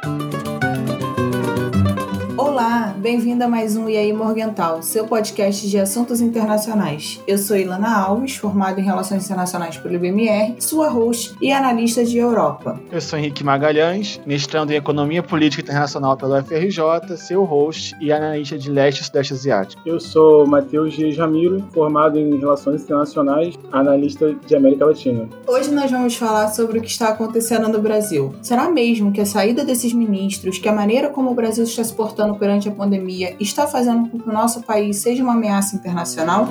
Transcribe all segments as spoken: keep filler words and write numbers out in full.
Olá, bem-vindo a mais um E aí Morgenthau, seu podcast de assuntos internacionais. Eu sou Ilana Alves, formada em Relações Internacionais pelo I B M R, sua host e analista de Europa. Eu sou Henrique Magalhães, mestrando em Economia Política Internacional pelo F R J, seu host e analista de Leste e Sudeste Asiático. Eu sou Matheus G. Jamiro, formado em Relações Internacionais, analista de América Latina. Hoje nós vamos falar sobre o que está acontecendo no Brasil. Será mesmo que a saída desses ministros, que a maneira como o Brasil está se portando perante a pandemia, está fazendo com que o nosso país seja uma ameaça internacional?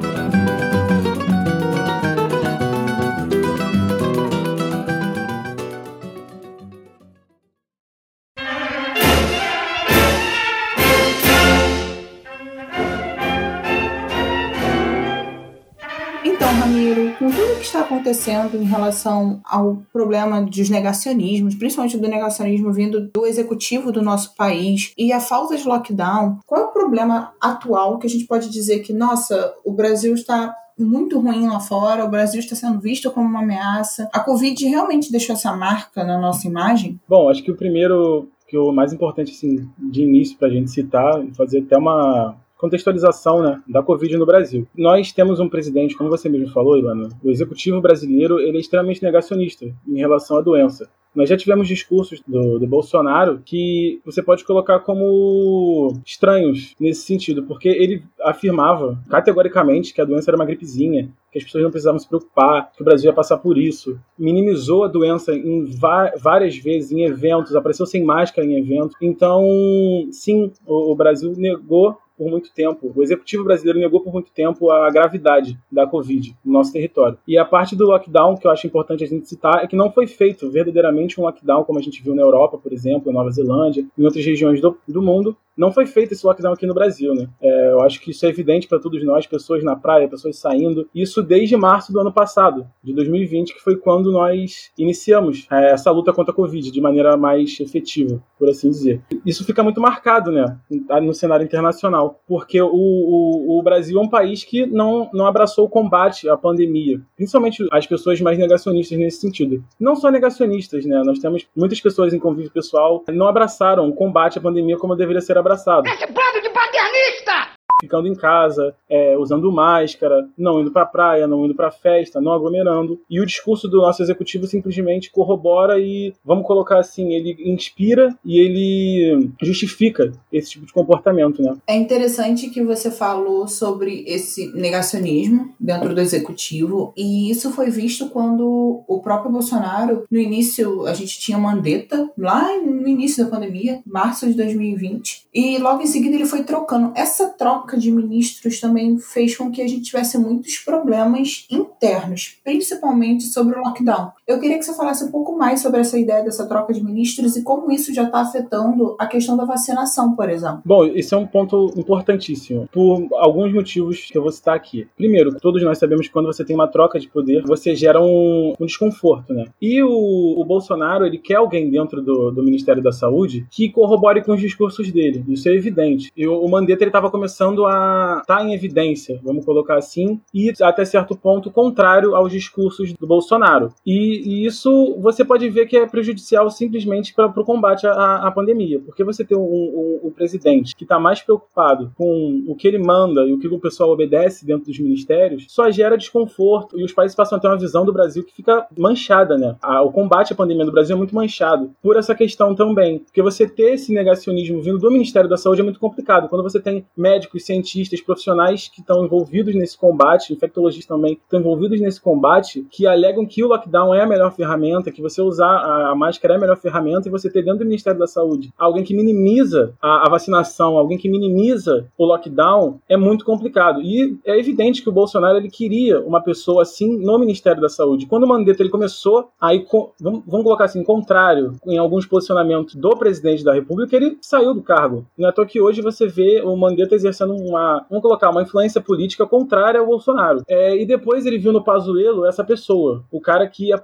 Então, Ramiro, com tudo o que está acontecendo em relação ao problema dos negacionismos, principalmente do negacionismo vindo do executivo do nosso país e a falta de lockdown, qual é o problema atual que a gente pode dizer que, nossa, o Brasil está muito ruim lá fora, o Brasil está sendo visto como uma ameaça? A Covid realmente deixou essa marca na nossa imagem? Bom, acho que o primeiro, que o mais importante assim, de início para a gente citar e fazer até uma contextualização, né, da Covid no Brasil. Nós temos um presidente, como você mesmo falou, Ilana, o executivo brasileiro ele é extremamente negacionista em relação à doença. Nós já tivemos discursos do, do Bolsonaro que você pode colocar como estranhos nesse sentido, porque ele afirmava categoricamente que a doença era uma gripezinha, que as pessoas não precisavam se preocupar, que o Brasil ia passar por isso. Minimizou a doença em várias vezes em eventos, apareceu sem máscara em eventos. Então, sim, o, o Brasil negou por muito tempo, o executivo brasileiro negou por muito tempo a gravidade da Covid no nosso território. E a parte do lockdown, que eu acho importante a gente citar, é que não foi feito verdadeiramente um lockdown, como a gente viu na Europa, por exemplo, na Nova Zelândia, em outras regiões do, do mundo. Não foi feito esse lockdown aqui no Brasil, né? É, eu acho que isso é evidente para todos nós, pessoas na praia, pessoas saindo. Isso desde março do ano passado, de dois mil e vinte, que foi quando nós iniciamos é, essa luta contra a Covid de maneira mais efetiva, por assim dizer. Isso fica muito marcado, né, no cenário internacional, porque o, o, o Brasil é um país que não, não abraçou o combate à pandemia, principalmente as pessoas mais negacionistas nesse sentido. Não só negacionistas, né? Nós temos muitas pessoas em convívio pessoal que não abraçaram o combate à pandemia como deveria ser abraçado. Esse bando de paternista! Ficando em casa, é, usando máscara, não indo pra praia, não indo pra festa, não aglomerando. E o discurso do nosso executivo simplesmente corrobora e, vamos colocar assim, ele inspira e ele justifica esse tipo de comportamento, né? É interessante que você falou sobre esse negacionismo dentro do executivo, e isso foi visto quando o próprio Bolsonaro, no início, a gente tinha Mandetta, lá no início da pandemia, março de dois mil e vinte, e logo em seguida ele foi trocando. Essa troca de ministros também fez com que a gente tivesse muitos problemas internos, principalmente sobre o lockdown. Eu queria que você falasse um pouco mais sobre essa ideia dessa troca de ministros e como isso já está afetando a questão da vacinação, por exemplo. Bom, esse é um ponto importantíssimo, por alguns motivos que eu vou citar aqui. Primeiro, todos nós sabemos que quando você tem uma troca de poder, você gera um, um desconforto, né? E o, o Bolsonaro, ele quer alguém dentro do, do Ministério da Saúde que corrobore com os discursos dele. Isso é evidente. E o, o Mandetta, ele estava começando a estar tá em evidência, vamos colocar assim, e até certo ponto contrário aos discursos do Bolsonaro. E, e isso você pode ver que é prejudicial simplesmente para o combate à, à pandemia, porque você tem um, um, um presidente que está mais preocupado com o que ele manda e o que o pessoal obedece dentro dos ministérios, só gera desconforto e os países passam a ter uma visão do Brasil que fica manchada, né? A, o combate à pandemia do Brasil é muito manchado por essa questão também, porque você ter esse negacionismo vindo do Ministério da Saúde é muito complicado. Quando você tem médicos, cientistas, profissionais que estão envolvidos nesse combate, infectologistas também, que estão envolvidos nesse combate, que alegam que o lockdown é a melhor ferramenta, que você usar a, a máscara é a melhor ferramenta, e você ter dentro do Ministério da Saúde alguém que minimiza a, a vacinação, alguém que minimiza o lockdown, é muito complicado. E é evidente que o Bolsonaro ele queria uma pessoa assim no Ministério da Saúde. Quando o Mandetta ele começou a ir, com, vamos, vamos colocar assim, contrário em alguns posicionamentos do presidente da República, ele saiu do cargo. Não é à toa que hoje você vê o Mandetta exercendo uma, vamos colocar, uma influência política contrária ao Bolsonaro. É, e depois ele viu no Pazuello essa pessoa, o cara que apoiou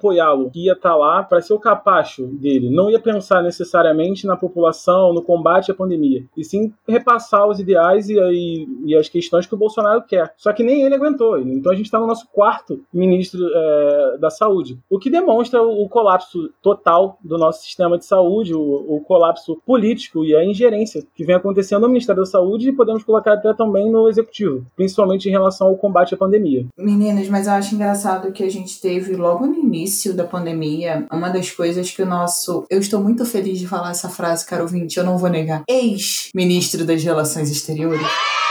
apoiá-lo, que ia estar lá para ser o capacho dele. Não ia pensar necessariamente na população, no combate à pandemia, e sim repassar os ideais e, e, e as questões que o Bolsonaro quer. Só que nem ele aguentou. Então a gente está no nosso quarto ministro é, da saúde, o que demonstra o, o colapso total do nosso sistema de saúde, o, o colapso político e a ingerência que vem acontecendo no Ministério da Saúde, e podemos colocar até também no Executivo, principalmente em relação ao combate à pandemia. Meninas, mas eu acho engraçado que a gente teve logo no início da pandemia, uma das coisas que o nosso... Eu estou muito feliz de falar essa frase, caro ouvinte, eu não vou negar. Ex-ministro das Relações Exteriores.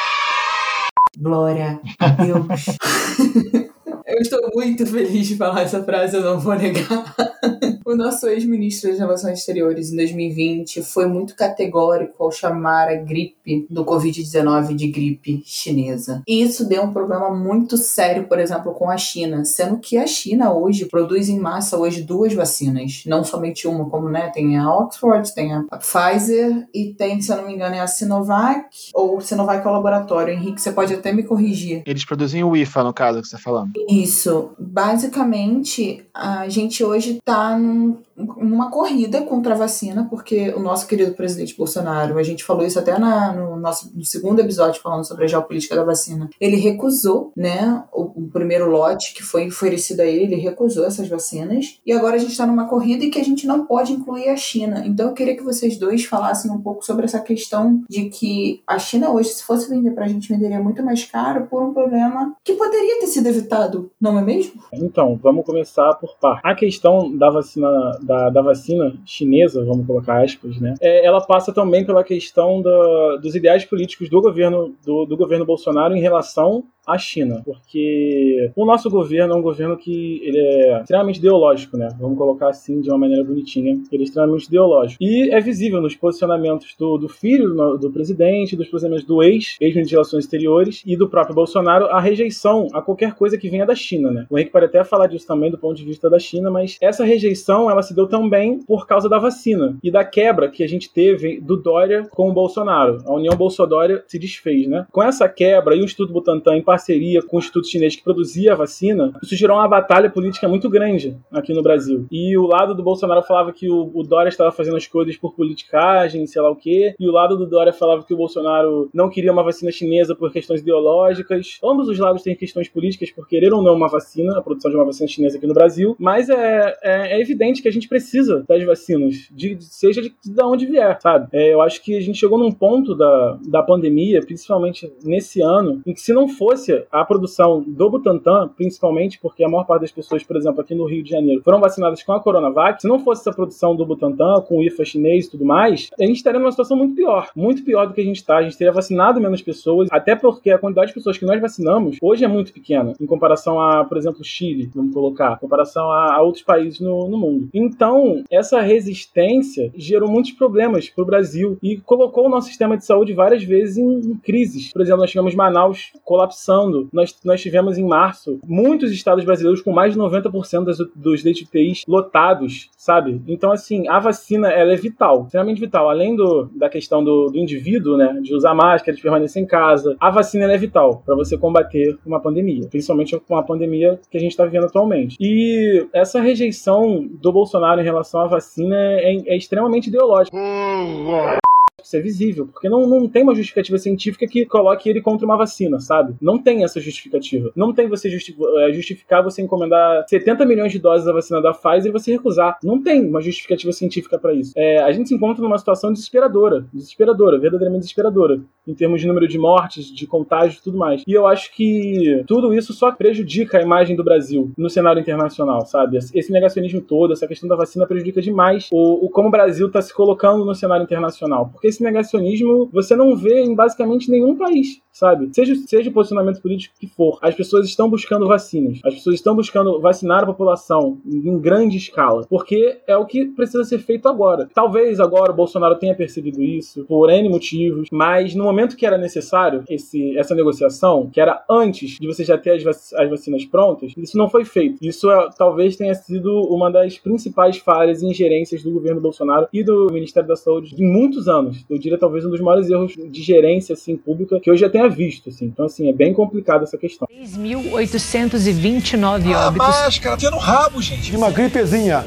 Glória a Deus. Eu estou muito feliz de falar essa frase, eu não vou negar. O nosso ex-ministro das Relações Exteriores, em dois mil e vinte, foi muito categórico ao chamar a gripe do covid dezenove de gripe chinesa. E isso deu um problema muito sério, por exemplo, com a China, sendo que a China hoje produz em massa hoje duas vacinas, não somente uma, como né, tem a Oxford, tem a Pfizer e tem, se eu não me engano, é a Sinovac, ou Sinovac é o laboratório. Henrique, você pode até me corrigir. Eles produzem o I F A, no caso, que você está falando. Isso. Basicamente, a gente hoje está num, numa corrida contra a vacina, porque o nosso querido presidente Bolsonaro, a gente falou isso até na, no nosso no segundo episódio falando sobre a geopolítica da vacina, ele recusou, né, o, o primeiro lote que foi oferecido a ele, ele recusou essas vacinas, e agora a gente está numa corrida e que a gente não pode incluir a China. Então eu queria que vocês dois falassem um pouco sobre essa questão de que a China hoje, se fosse vender pra gente, venderia muito mais caro por um problema que poderia ter sido evitado, não é mesmo? Então, vamos começar por par. A questão da vacina, da, da vacina chinesa, vamos colocar aspas, né? É, ela passa também pela questão da, dos ideais políticos do governo, do, do governo Bolsonaro em relação à China, porque o nosso governo é um governo que ele é extremamente ideológico, né? Vamos colocar assim de uma maneira bonitinha. Ele é extremamente ideológico. E é visível nos posicionamentos do, do filho do, do presidente, dos posicionamentos do ex, ex-ministro de Relações Exteriores e do próprio Bolsonaro, a rejeição a qualquer coisa que venha da China, né? O Henrique pode até falar disso também do ponto de vista da China, mas essa rejeição, ela se deu também por causa da vacina e da quebra que a gente teve do Dória com o Bolsonaro. A União Bolsodória se desfez, né? Com essa quebra e o Instituto Butantan em parceria com o Instituto Chinês que produzia a vacina, isso gerou uma batalha política muito grande aqui no Brasil. E o lado do Bolsonaro falava que o, o Dória estava fazendo as coisas por politicagem, sei lá o quê, e o lado do Dória falava que o Bolsonaro não queria uma vacina chinesa por questões ideológicas. Ambos os lados têm questões políticas por querer ou não uma vacina, a produção de uma vacina chinesa aqui no Brasil, mas é, é, é evidente que a gente precisa das vacinas, de, de, seja de, de onde vier, sabe? É, eu acho que a gente chegou num ponto da, da pandemia, principalmente nesse ano, em que se não fosse a produção do Butantan, principalmente porque a maior parte das pessoas, por exemplo, aqui no Rio de Janeiro, foram vacinadas com a Coronavac, se não fosse essa produção do Butantan, com o I F A chinês e tudo mais, a gente estaria numa situação muito pior, muito pior do que a gente está. A gente teria vacinado menos pessoas, até porque a quantidade de pessoas que nós vacinamos hoje é muito pequena, em comparação a, por exemplo, Chile, vamos colocar, em comparação a, a outros países no, no mundo. Então, essa resistência gerou muitos problemas para o Brasil e colocou o nosso sistema de saúde várias vezes em, em crises. Por exemplo, nós tivemos Manaus colapsando, nós, nós tivemos em março muitos estados brasileiros com mais de noventa por cento das, dos leitos de U T Is lotados, sabe? Então, assim, a vacina, ela é vital, extremamente vital. Além do, da questão do, do indivíduo, né, de usar máscara, de permanecer em casa, a vacina ela é vital para você combater uma pandemia, principalmente com a pandemia que a gente está vivendo atualmente. E essa rejeição do Bolsonaro em relação à vacina é, é extremamente ideológica. Isso é visível, porque não, não tem uma justificativa científica que coloque ele contra uma vacina, sabe? Não tem essa justificativa. Não tem você justi- justificar você encomendar setenta milhões de doses da vacina da Pfizer e você recusar. Não tem uma justificativa científica para isso. É, a gente se encontra numa situação desesperadora, desesperadora, verdadeiramente desesperadora, em termos de número de mortes, de contágios e tudo mais. E eu acho que tudo isso só prejudica a imagem do Brasil no cenário internacional, sabe? Esse negacionismo todo, essa questão da vacina prejudica demais o, o como o Brasil está se colocando no cenário internacional. Porque esse negacionismo você não vê em basicamente nenhum país, sabe? Seja, seja o posicionamento político que for, as pessoas estão buscando vacinas, as pessoas estão buscando vacinar a população em grande escala, porque é o que precisa ser feito agora. Talvez agora o Bolsonaro tenha percebido isso, por N motivos, mas no momento momento que era necessário esse, essa negociação, que era antes de você já ter as, vac- as vacinas prontas, isso não foi feito. Isso é, talvez tenha sido uma das principais falhas e ingerências do governo Bolsonaro e do Ministério da Saúde em muitos anos. Eu diria talvez um dos maiores erros de gerência assim, pública que eu já tenha visto. Assim. Então, assim, é bem complicado essa questão. três mil oitocentos e vinte e nove Ah, óbitos. máscara, tinha no rabo, gente. De uma gripezinha.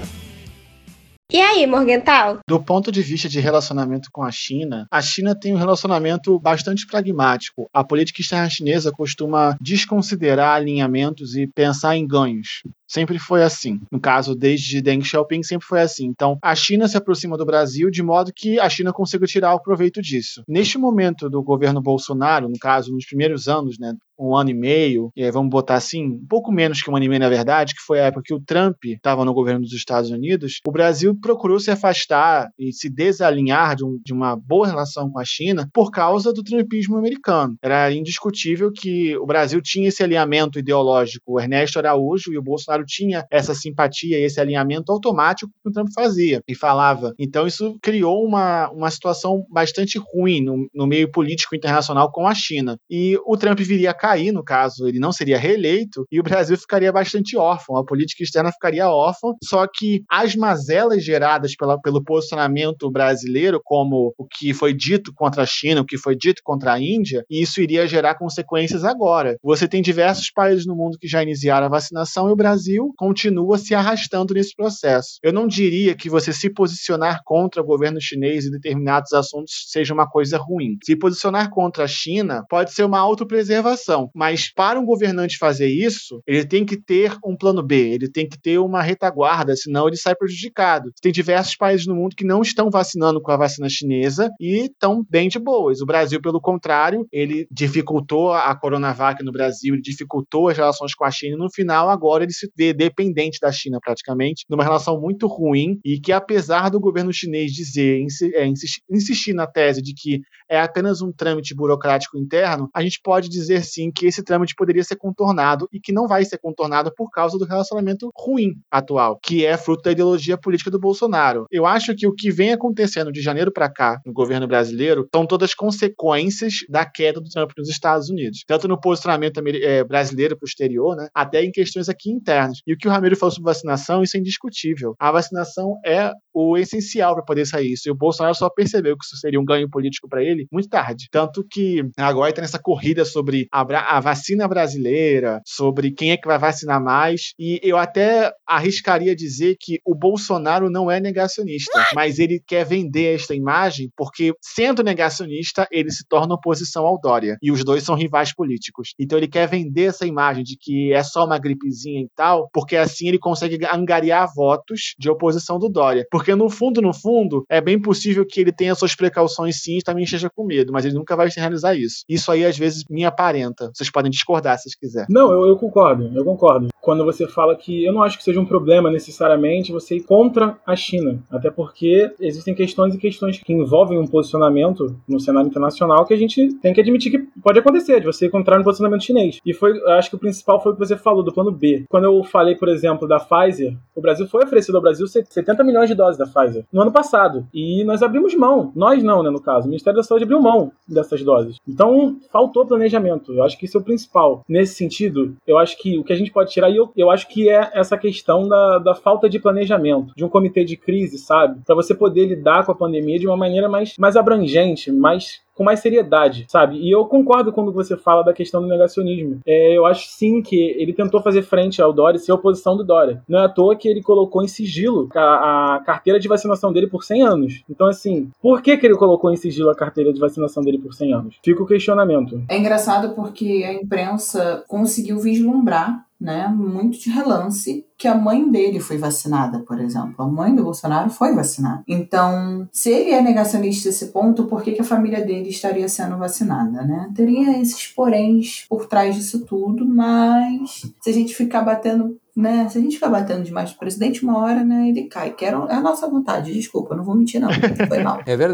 E aí, Morgenthau? Do ponto de vista de relacionamento com a China, a China tem um relacionamento bastante pragmático. A política externa chinesa costuma desconsiderar alinhamentos e pensar em ganhos. Sempre foi assim. No caso, desde Deng Xiaoping, sempre foi assim. Então, a China se aproxima do Brasil de modo que a China consiga tirar o proveito disso. Neste momento do governo Bolsonaro, no caso, nos primeiros anos, né, um ano e meio, e aí vamos botar assim, um pouco menos que um ano e meio, na verdade, que foi a época que o Trump estava no governo dos Estados Unidos, o Brasil procurou se afastar e se desalinhar de, um, de uma boa relação com a China por causa do trumpismo americano. Era indiscutível que o Brasil tinha esse alinhamento ideológico. O Ernesto Araújo e o Bolsonaro tinha essa simpatia e esse alinhamento automático que o Trump fazia e falava. Então isso criou uma, uma situação bastante ruim no, no meio político internacional com a China. E o Trump viria a cair, no caso, ele não seria reeleito e o Brasil ficaria bastante órfão, a política externa ficaria órfã, só que as mazelas geradas pela, pelo posicionamento brasileiro, como o que foi dito contra a China, o que foi dito contra a Índia, e isso iria gerar consequências agora. Você tem diversos países no mundo que já iniciaram a vacinação e o Brasil continua se arrastando nesse processo. Eu não diria que você se posicionar contra o governo chinês em determinados assuntos seja uma coisa ruim. Se posicionar contra a China pode ser uma autopreservação, mas para um governante fazer isso, ele tem que ter um plano B, ele tem que ter uma retaguarda, senão ele sai prejudicado. Tem diversos países no mundo que não estão vacinando com a vacina chinesa e estão bem de boas. O Brasil, pelo contrário, ele dificultou a Coronavac no Brasil, ele dificultou as relações com a China e no final agora ele se vê dependente da China praticamente, numa relação muito ruim e que apesar do governo chinês dizer, é, insistir, insistir na tese de que é apenas um trâmite burocrático interno, a gente pode dizer sim que esse trâmite poderia ser contornado e que não vai ser contornado por causa do relacionamento ruim atual, que é fruto da ideologia política do Bolsonaro. Eu acho que o que vem acontecendo de janeiro para cá no governo brasileiro são todas consequências da queda do Trump nos Estados Unidos, tanto no posicionamento é, brasileiro para o exterior, né, até em questões aqui internas. E o que o Ramiro falou sobre vacinação, isso é indiscutível. A vacinação é o essencial para poder sair isso. E o Bolsonaro só percebeu que isso seria um ganho político para ele muito tarde. Tanto que agora está nessa corrida sobre a, a vacina brasileira, sobre quem é que vai vacinar mais. E eu até arriscaria dizer que o Bolsonaro não é negacionista, mas ele quer vender esta imagem porque, sendo negacionista, ele se torna oposição ao Dória. E os dois são rivais políticos. Então ele quer vender essa imagem de que é só uma gripezinha e tal, porque assim ele consegue angariar votos de oposição do Dória. Porque no fundo, no fundo, é bem possível que ele tenha suas precauções sim e também esteja com medo, mas ele nunca vai realizar isso. Isso aí, às vezes, me aparenta. Vocês podem discordar se vocês quiserem. Não, eu, eu concordo, eu concordo. Quando você fala que eu não acho que seja um problema necessariamente você ir contra a China, até porque existem questões e questões que envolvem um posicionamento no cenário internacional que a gente tem que admitir que pode acontecer, de você encontrar um posicionamento chinês. E foi, eu acho que o principal foi o que você falou, do plano B. Quando eu falei, por exemplo, da Pfizer, o Brasil foi oferecido ao Brasil setenta milhões de doses da Pfizer no ano passado. E nós abrimos mão. Nós não, né, no caso. O Ministério da Saúde abriu mão dessas doses. Então, faltou planejamento. Eu acho que isso é o principal. Nesse sentido, eu acho que o que a gente pode tirar, e eu, eu acho que é essa questão da, da falta de planejamento, de um comitê de crise, sabe? Para você poder lidar com a pandemia de uma maneira mais, mais abrangente, mais... com mais seriedade, sabe? E eu concordo quando você fala da questão do negacionismo. É, eu acho sim que ele tentou fazer frente ao Dória e ser a oposição do Dória. Não é à toa que ele colocou em sigilo a, a carteira de vacinação dele por cem anos. Então, assim, por que que ele colocou em sigilo a carteira de vacinação dele por cem anos? Fica o questionamento. É engraçado porque a imprensa conseguiu vislumbrar, né, muito de relance, que a mãe dele foi vacinada, por exemplo. A mãe do Bolsonaro foi vacinada. Então, se ele é negacionista nesse ponto, por que que a família dele estaria sendo vacinada, né? Teria esses poréns por trás disso tudo, mas se a gente ficar batendo, né, se a gente ficar batendo demais no presidente, uma hora, né, ele cai. Que era a nossa vontade, desculpa, não vou mentir não, foi mal. É verdade.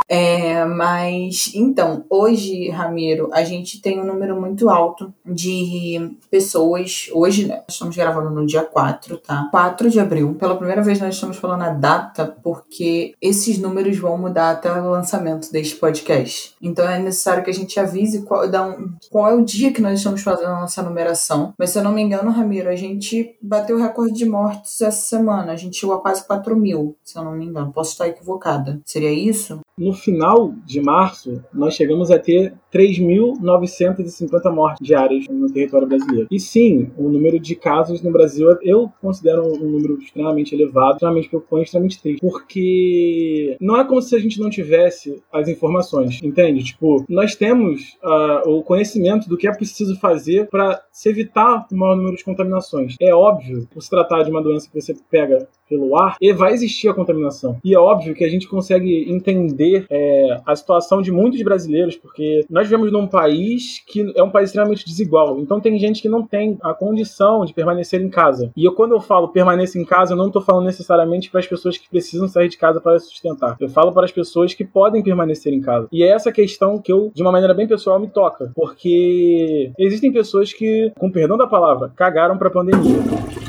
É, mas, então, hoje, Ramiro, a gente tem um número muito alto de pessoas. Hoje, né, nós estamos gravando no dia quatro, tá? quatro de abril. Pela primeira vez nós estamos falando a data, porque esses números vão mudar até o lançamento deste podcast. Então é necessário que a gente avise qual, qual é o dia que nós estamos fazendo a nossa numeração. Mas se eu não me engano, Ramiro, a gente bateu o recorde de mortes essa semana. A gente chegou a quase quatro mil, se eu não me engano. Posso estar equivocada. Seria isso? No final de março, nós chegamos a ter três mil novecentas e cinquenta mortes diárias no território brasileiro. E sim, o número de casos no Brasil eu considero um número extremamente elevado, extremamente preocupante, extremamente triste. Porque não é como se a gente não tivesse as informações, entende? Tipo, nós temos uh, o conhecimento do que é preciso fazer para se evitar o maior número de contaminações. É óbvio, por se tratar de uma doença que você pega pelo ar, e vai existir a contaminação. E é óbvio que a gente consegue entender é, a situação de muitos brasileiros, porque nós vivemos num país que é um país extremamente desigual. Então tem gente que não tem a condição de permanecer em casa. E eu, quando eu falo permanecer em casa, eu não estou falando necessariamente para as pessoas que precisam sair de casa para sustentar. Eu falo para as pessoas que podem permanecer em casa. E é essa questão que eu, de uma maneira bem pessoal, me toca. Porque existem pessoas que, com perdão da palavra, cagaram para a pandemia.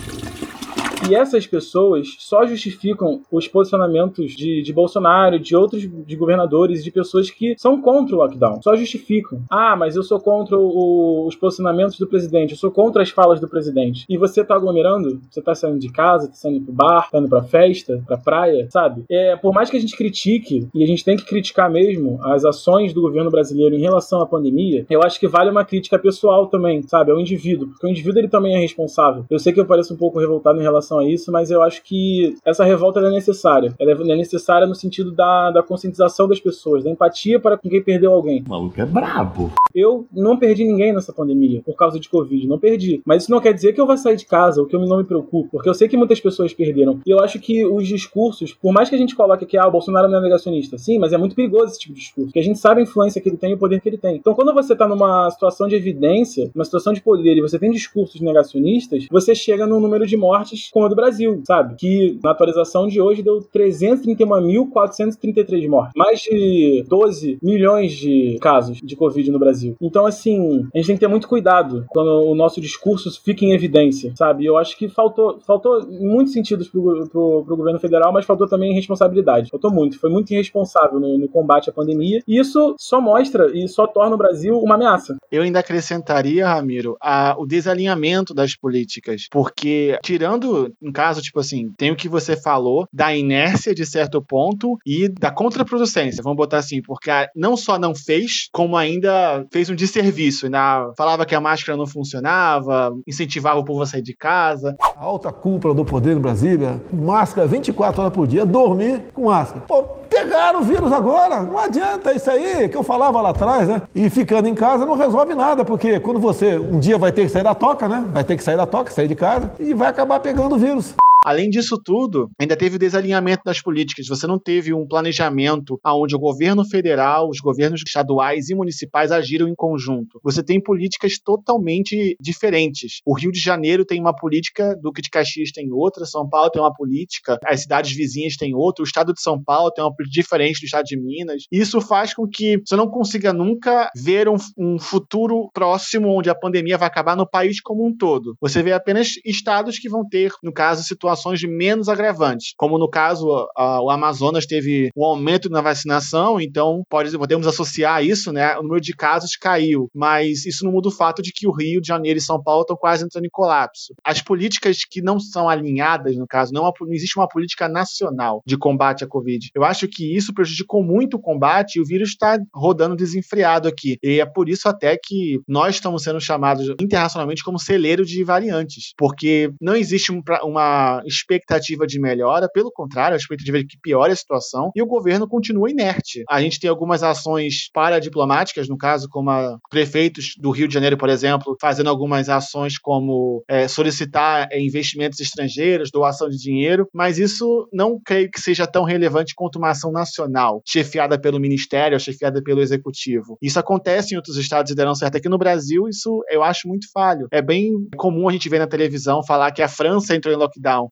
E essas pessoas só justificam os posicionamentos de, de Bolsonaro, de outros de governadores, de pessoas que são contra o lockdown. Só justificam. Ah, mas eu sou contra o, os posicionamentos do presidente, eu sou contra as falas do presidente. E você tá aglomerando? Você tá saindo de casa, tá saindo pro bar, tá indo pra festa, pra praia, sabe? É, por mais que a gente critique, e a gente tem que criticar mesmo as ações do governo brasileiro em relação à pandemia, eu acho que vale uma crítica pessoal também, sabe? Ao indivíduo. Porque o indivíduo, ele também é responsável. Eu sei que eu pareço um pouco revoltado em relação a isso, mas eu acho que essa revolta ela é necessária. Ela é necessária no sentido da, da conscientização das pessoas, da empatia para com quem perdeu alguém. O maluco é brabo. Eu não perdi ninguém nessa pandemia por causa de Covid, não perdi. Mas isso não quer dizer que eu vá sair de casa ou que eu não me preocupe, porque eu sei que muitas pessoas perderam. E eu acho que os discursos, por mais que a gente coloque que ah, o Bolsonaro não é negacionista, sim, mas é muito perigoso esse tipo de discurso, porque a gente sabe a influência que ele tem e o poder que ele tem. Então quando você está numa situação de evidência, numa situação de poder e você tem discursos negacionistas, você chega num número de mortes como a do Brasil, sabe? Que na atualização de hoje deu trezentos e trinta e um mil, quatrocentos e trinta e três mortes. Mais de doze milhões de casos de Covid no Brasil. Então, assim, a gente tem que ter muito cuidado quando o nosso discurso fica em evidência, sabe? Eu acho que faltou, faltou em muitos sentidos pro, pro, pro governo federal, mas faltou também responsabilidade. Faltou muito. Foi muito irresponsável no, no combate à pandemia. E isso só mostra e só torna o Brasil uma ameaça. Eu ainda acrescentaria, Ramiro, a, o desalinhamento das políticas. Porque, tirando, no caso, tipo assim, tem o que você falou da inércia de certo ponto e da contraproducência, vamos botar assim, porque não só não fez, como ainda fez um desserviço, ainda falava que a máscara não funcionava, incentivava o povo a sair de casa. A alta cúpula do poder em Brasília, máscara vinte e quatro horas por dia, dormir com máscara. Pô, pegaram o vírus agora, não adianta isso aí que eu falava lá atrás, né? E ficando em casa não resolve nada, porque quando você um dia vai ter que sair da toca, né? Vai ter que sair da toca, sair de casa e vai acabar pegando o vírus. Além disso tudo, ainda teve o desalinhamento das políticas. Você não teve um planejamento onde o governo federal, os governos estaduais e municipais agiram em conjunto. Você tem políticas totalmente diferentes. O Rio de Janeiro tem uma política, Duque de Caxias tem outra, São Paulo tem uma política, as cidades vizinhas têm outra, o estado de São Paulo tem uma política diferente do estado de Minas. E isso faz com que você não consiga nunca ver um, um futuro próximo onde a pandemia vai acabar no país como um todo. Você vê apenas estados que vão ter, no caso, situações de menos agravantes, como no caso a, o Amazonas teve um aumento na vacinação, então pode, podemos associar isso, né? O número de casos caiu, mas isso não muda o fato de que o Rio de Janeiro e São Paulo estão quase entrando em colapso. As políticas que não são alinhadas, no caso, não, não existe uma política nacional de combate à Covid. Eu acho que isso prejudicou muito o combate e o vírus está rodando desenfreado aqui. E é por isso até que nós estamos sendo chamados internacionalmente como celeiro de variantes, porque não existe um, uma expectativa de melhora, pelo contrário, a expectativa de que piore a situação, e o governo continua inerte. A gente tem algumas ações paradiplomáticas, no caso, como a, prefeitos do Rio de Janeiro, por exemplo, fazendo algumas ações como é, solicitar é, investimentos estrangeiros, doação de dinheiro, mas isso não creio que seja tão relevante quanto uma ação nacional, chefiada pelo Ministério, chefiada pelo Executivo. Isso acontece em outros estados e deram certo. Aqui no Brasil, isso eu acho muito falho. É bem comum a gente ver na televisão falar que a França entrou em lockdown.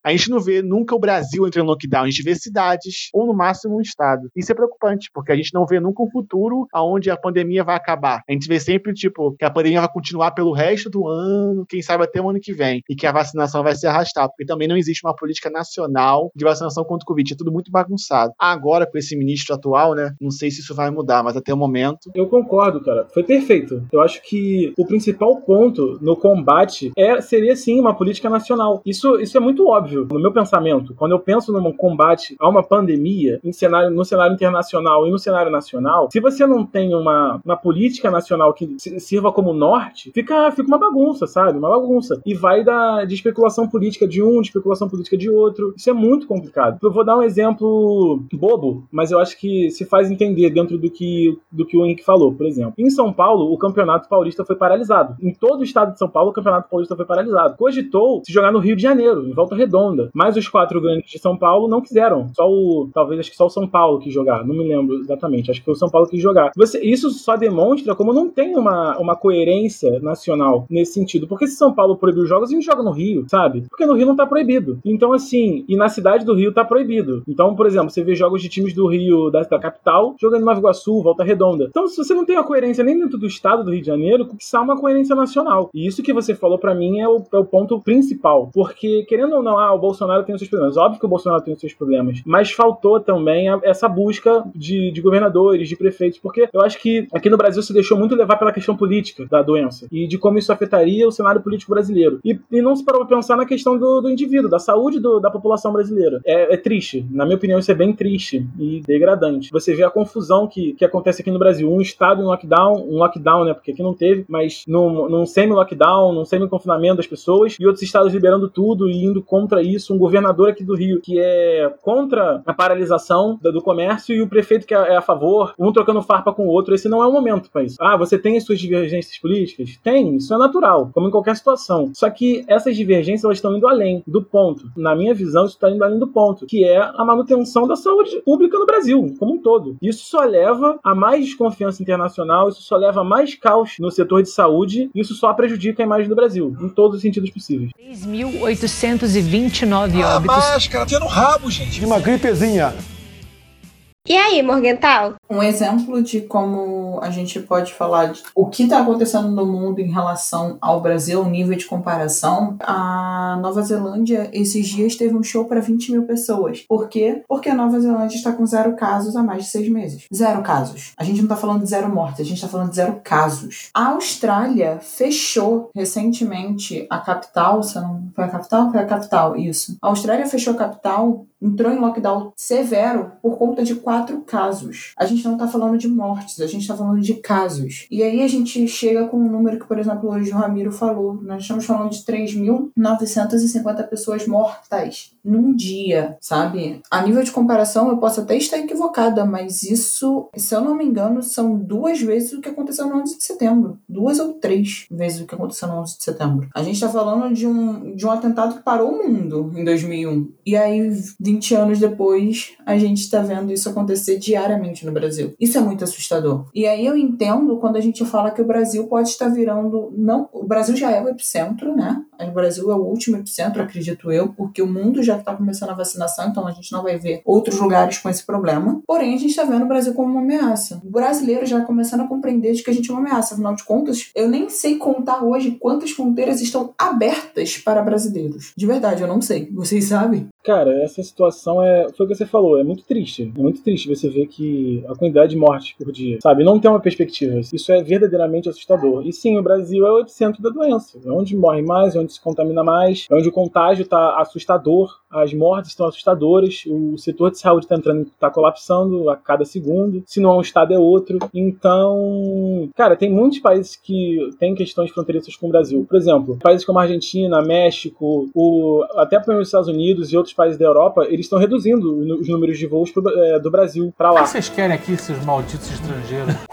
A gente não vê nunca o Brasil entrando em lockdown, a gente vê cidades, ou no máximo um estado. Isso é preocupante, porque a gente não vê nunca um futuro onde a pandemia vai acabar. A gente vê sempre, tipo, que a pandemia vai continuar pelo resto do ano, quem sabe até o ano que vem, e que a vacinação vai se arrastar, porque também não existe uma política nacional de vacinação contra o Covid, é tudo muito bagunçado. Agora, com esse ministro atual, né, não sei se isso vai mudar, mas até o momento... Eu concordo, cara. Foi perfeito. Eu acho que o principal ponto no combate é, seria, sim, uma política nacional. Isso, isso é muito óbvio no meu pensamento. Quando eu penso num combate a uma pandemia em cenário, no cenário internacional e no cenário nacional, se você não tem uma, uma política nacional que sirva como norte, fica, fica uma bagunça, sabe? Uma bagunça. E vai da, de especulação política de um, de especulação política de outro. Isso é muito complicado. Eu vou dar um exemplo bobo, mas eu acho que se faz entender dentro do que, do que o Henrique falou, por exemplo. Em São Paulo, o Campeonato Paulista foi paralisado. Em todo o estado de São Paulo, o Campeonato Paulista foi paralisado. Cogitou se jogar no Rio de Janeiro, em Volta Redonda. Mas os quatro grandes de São Paulo não quiseram. Só o, talvez, acho que só o São Paulo quis jogar. Não me lembro exatamente. Acho que foi o São Paulo que quis jogar. Você, isso só demonstra como não tem uma, uma coerência nacional nesse sentido. Porque se São Paulo proibiu os jogos, a gente joga no Rio, sabe? Porque no Rio não tá proibido. Então, assim, e na cidade do Rio tá proibido. Então, por exemplo, você vê jogos de times do Rio, da, da capital, jogando em Nova Iguaçu, Volta Redonda. Então, se você não tem uma coerência nem dentro do estado do Rio de Janeiro, precisa uma coerência nacional. E isso que você falou pra mim é o, é o ponto principal. Porque, querendo ou não, ah, o Bolsonaro tem os seus problemas. Óbvio que o Bolsonaro tem os seus problemas. Mas faltou também a, essa busca de, de governadores, de prefeitos. Porque eu acho que aqui no Brasil se deixou muito levar pela questão política da doença. E de como isso afetaria o cenário político brasileiro. E, e não se parou pra pensar na questão do, do indivíduo, da saúde do, da população brasileira. É, é triste. Na minha opinião, isso é bem triste e degradante. Você vê a confusão que, que acontece aqui no Brasil. Um estado em lockdown, um lockdown, né? Porque aqui não teve, mas num, num semi-lockdown, num semi-confinamento das pessoas, e outros estados liberando tudo e indo contra isso. Um governador aqui do Rio que é contra a paralisação do comércio e o prefeito que é a favor, um trocando farpa com o outro. Esse não é o momento para isso. Ah, você tem as suas divergências políticas? Tem, isso é natural, como em qualquer situação. Só que essas divergências, elas estão indo além do ponto. Na minha visão, isso está indo além do ponto, que é a manutenção da saúde pública no Brasil, como um todo. Isso só leva a mais desconfiança internacional, isso só leva a mais caos no setor de saúde, isso só prejudica a imagem do Brasil, em todos os sentidos possíveis. três mil oitocentos e vinte e nove ah, óbitos. Máscara, tinha no rabo, gente. De uma gripezinha. E aí, Morgenthau? Um exemplo de como a gente pode falar de o que está acontecendo no mundo em relação ao Brasil, o nível de comparação. A Nova Zelândia, esses dias, teve um show para vinte mil pessoas. Por quê? Porque a Nova Zelândia está com zero casos há mais de seis meses. Zero casos. A gente não está falando de zero mortes, a gente está falando de zero casos. A Austrália fechou recentemente a capital, se não foi a capital? Foi a capital, isso. A Austrália fechou a capital, entrou em lockdown severo por conta de quatro casos. A gente não está falando de mortes, a gente está falando de casos. E aí a gente chega com um número que, por exemplo, hoje o Ramiro falou. Nós estamos falando de três mil novecentas e cinquenta pessoas mortas num dia, sabe? A nível de comparação, eu posso até estar equivocada, mas isso, se eu não me engano, são duas vezes o que aconteceu no onze de setembro. Duas ou três vezes o que aconteceu no onze de setembro. A gente está falando de um, de um atentado que parou o mundo em dois mil e um. E aí, vinte anos depois, a gente está vendo isso acontecer diariamente no Brasil. Isso é muito assustador. E aí eu entendo quando a gente fala que o Brasil pode estar virando... Não, o Brasil já é o epicentro, né? O Brasil é o último epicentro, acredito eu, porque o mundo já está começando a vacinação, então a gente não vai ver outros lugares com esse problema. Porém, a gente está vendo o Brasil como uma ameaça. O brasileiro já começando a compreender de que a gente é uma ameaça. Afinal de contas, eu nem sei contar hoje quantas fronteiras estão abertas para brasileiros. De verdade, eu não sei. Vocês sabem? Cara, essa situação é... Foi o que você falou, é muito triste. É muito triste você ver que a quantidade de mortes por dia, sabe? Não tem uma perspectiva. Isso é verdadeiramente assustador. E sim, o Brasil é o epicentro da doença. É onde morre mais, é onde se contamina mais, é onde o contágio está assustador, as mortes estão assustadoras, o setor de saúde está entrando, está colapsando a cada segundo. Se não é um estado, é outro. Então, cara, tem muitos países que têm questões fronteiriças com o Brasil. Por exemplo, países como a Argentina, México, o... até para os Estados Unidos e outros países da Europa, eles estão reduzindo os números de voos pro, é, do Brasil para lá. O que vocês querem aqui, seus malditos estrangeiros?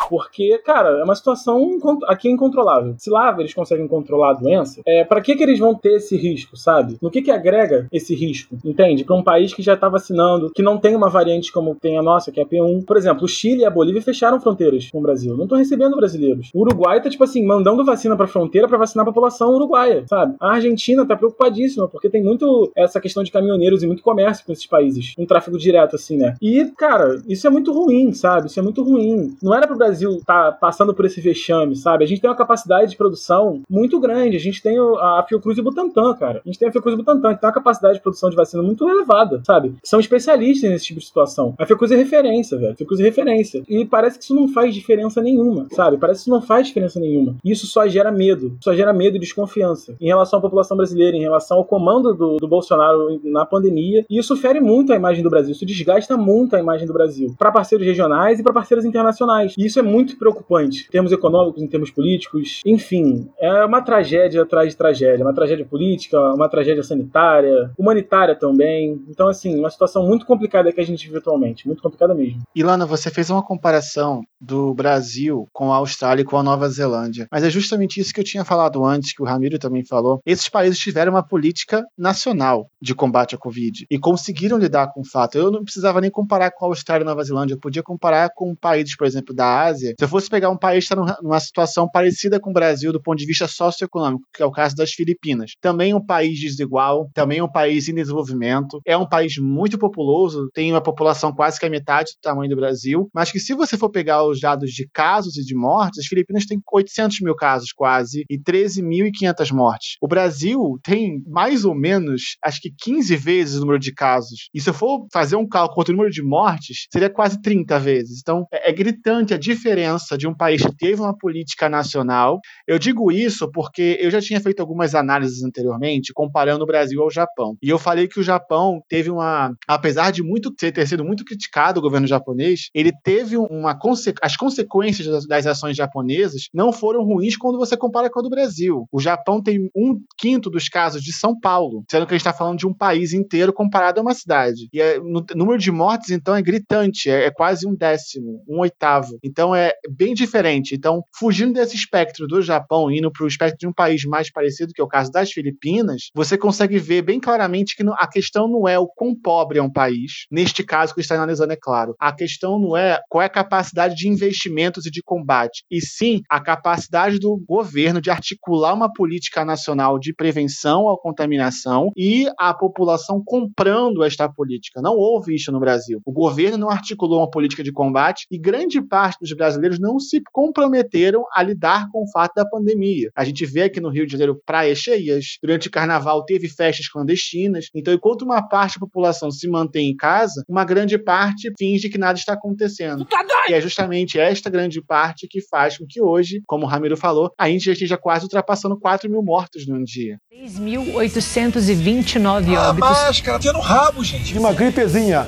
Porque, cara, é uma situação aqui incontrolável. Se lá eles conseguem controlar a doença, é, pra que que eles vão ter esse risco, sabe? No que que agrega esse risco, entende? Pra um país que já tá vacinando, que não tem uma variante como tem a nossa, que é a P um. Por exemplo, o Chile e a Bolívia fecharam fronteiras com o Brasil. Não estão recebendo brasileiros. O Uruguai tá, tipo assim, mandando vacina pra fronteira pra vacinar a população uruguaia, sabe? A Argentina tá preocupadíssima, porque tem muito essa questão de caminhoneiros e muito comércio com esses países. Um tráfego direto, assim, né? E, cara, isso é muito ruim, sabe? Isso é muito ruim. Não era pro Brasil tá passando por esse vexame, sabe? A gente tem uma capacidade de produção muito grande. A gente tem a Fiocruz e o Butantan, cara. A gente tem a Fiocruz e o Butantan, que tem uma capacidade de produção de vacina muito elevada, sabe? São especialistas nesse tipo de situação. A Fiocruz é referência, velho. A Fiocruz é referência. E parece que isso não faz diferença nenhuma, sabe? Parece que isso não faz diferença nenhuma. Isso só gera medo. Só gera medo e desconfiança em relação à população brasileira, em relação ao comando do, do Bolsonaro na pandemia. E isso fere muito a imagem do Brasil. Isso desgasta muito a imagem do Brasil para parceiros regionais e para parceiros internacionais. E isso é muito preocupante. Em termos econômicos, em termos políticos. Enfim, é uma tragédia atrás de tragédia. Uma tragédia política, uma tragédia sanitária, humanitária também. Então, assim, uma situação muito complicada que a gente vive atualmente. Muito complicada mesmo. Ilana, você fez uma comparação do Brasil com a Austrália e com a Nova Zelândia. Mas é justamente isso que eu tinha falado antes, que o Ramiro também falou. Esses países tiveram uma política nacional de combate à Covid e conseguiram lidar com o fato. Eu não precisava nem comparar com a Austrália e a Nova Zelândia. Eu podia comparar com países, por exemplo, da Ásia. Se eu fosse pegar um país que está numa situação parecida com o Brasil do ponto de vista socioeconômico, que é o caso das Filipinas. Também um país desigual, também um país em desenvolvimento. É um país muito populoso, tem uma população quase que a metade do tamanho do Brasil, mas que se você for pegar os dados de casos e de mortes, as Filipinas têm oitocentos mil casos quase e treze mil e quinhentas mortes. O Brasil tem mais ou menos, acho que quinze vezes o número de casos. E se eu for fazer um cálculo contra o número de mortes, seria quase trinta vezes. Então, é, é gritante a diferença de um país que teve uma política nacional. Eu digo isso porque eu já tinha feito algumas análises anteriormente, comparando o Brasil ao Japão. E eu falei que o Japão teve uma, apesar de muito ter sido muito criticado o governo japonês, ele teve uma conse- as consequências das, das ações japonesas não foram ruins quando você compara com a do Brasil. O Japão tem um quinto dos casos de São Paulo, sendo que a gente está falando de um país inteiro comparado a uma cidade. E é, no número de mortes, então, é gritante, é, é quase um décimo, um oitavo. Então, é bem diferente. Então, fugindo desse espectro do Japão, indo para o espectro de um país mais parecido, que é o caso das Filipinas, você consegue ver bem claramente que a questão não é o quão pobre é um país, neste caso que está analisando, é claro. A questão não é qual é a capacidade de investimentos e de combate, e sim a capacidade do governo de articular uma política nacional de prevenção à contaminação e a população comprando esta política. Não houve isso no Brasil. O governo não articulou uma política de combate e grande parte dos brasileiros não se comprometeram a lidar com o fato da pandemia. A gente vê aqui no Rio de Janeiro praias cheias, durante o carnaval teve festas clandestinas, então enquanto uma parte da população se mantém em casa, uma grande parte finge que nada está acontecendo. E é justamente esta grande parte que faz com que hoje, como o Ramiro falou, a gente já esteja quase ultrapassando quatro mil mortos num dia. três mil oitocentos e vinte e nove ah, óbitos. Máscara, tinha no rabo, gente. De uma gripezinha.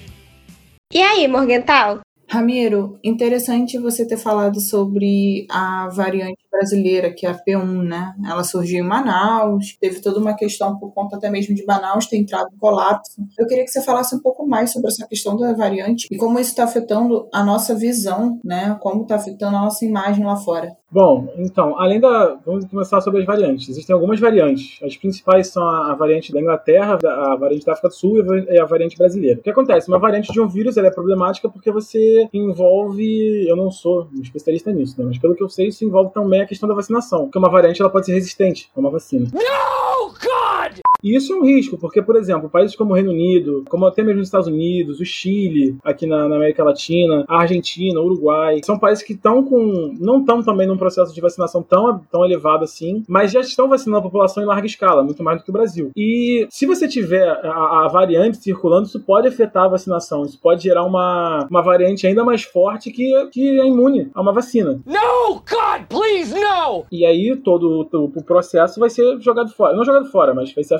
E aí, Morgenthau? Ramiro, interessante você ter falado sobre a variante brasileira, que é a P um, né? Ela surgiu em Manaus, teve toda uma questão por conta até mesmo de Manaus ter entrado em colapso. Eu queria que você falasse um pouco mais sobre essa questão da variante e como isso está afetando a nossa visão, né? Como está afetando a nossa imagem lá fora. Bom, então, além da... Vamos começar sobre as variantes. Existem algumas variantes. As principais são a variante da Inglaterra, a variante da África do Sul e a variante brasileira. O que acontece? Uma variante de um vírus ela é problemática porque você envolve... Eu não sou um especialista nisso, né? Mas pelo que eu sei, isso envolve também a questão da vacinação. Porque uma variante ela pode ser resistente a uma vacina. No, God! E isso é um risco, porque, por exemplo, países como o Reino Unido, como até mesmo os Estados Unidos, o Chile, aqui na, na América Latina, a Argentina, o Uruguai, são países que estão com... não estão também num processo de vacinação tão, tão elevado assim, mas já estão vacinando a população em larga escala, muito mais do que o Brasil. E se você tiver a, a variante circulando, isso pode afetar a vacinação, isso pode gerar uma, uma variante ainda mais forte que, que é imune a uma vacina. No, God, please, no! E aí todo o, o processo vai ser jogado fora. Não jogado fora, mas vai ser afetado.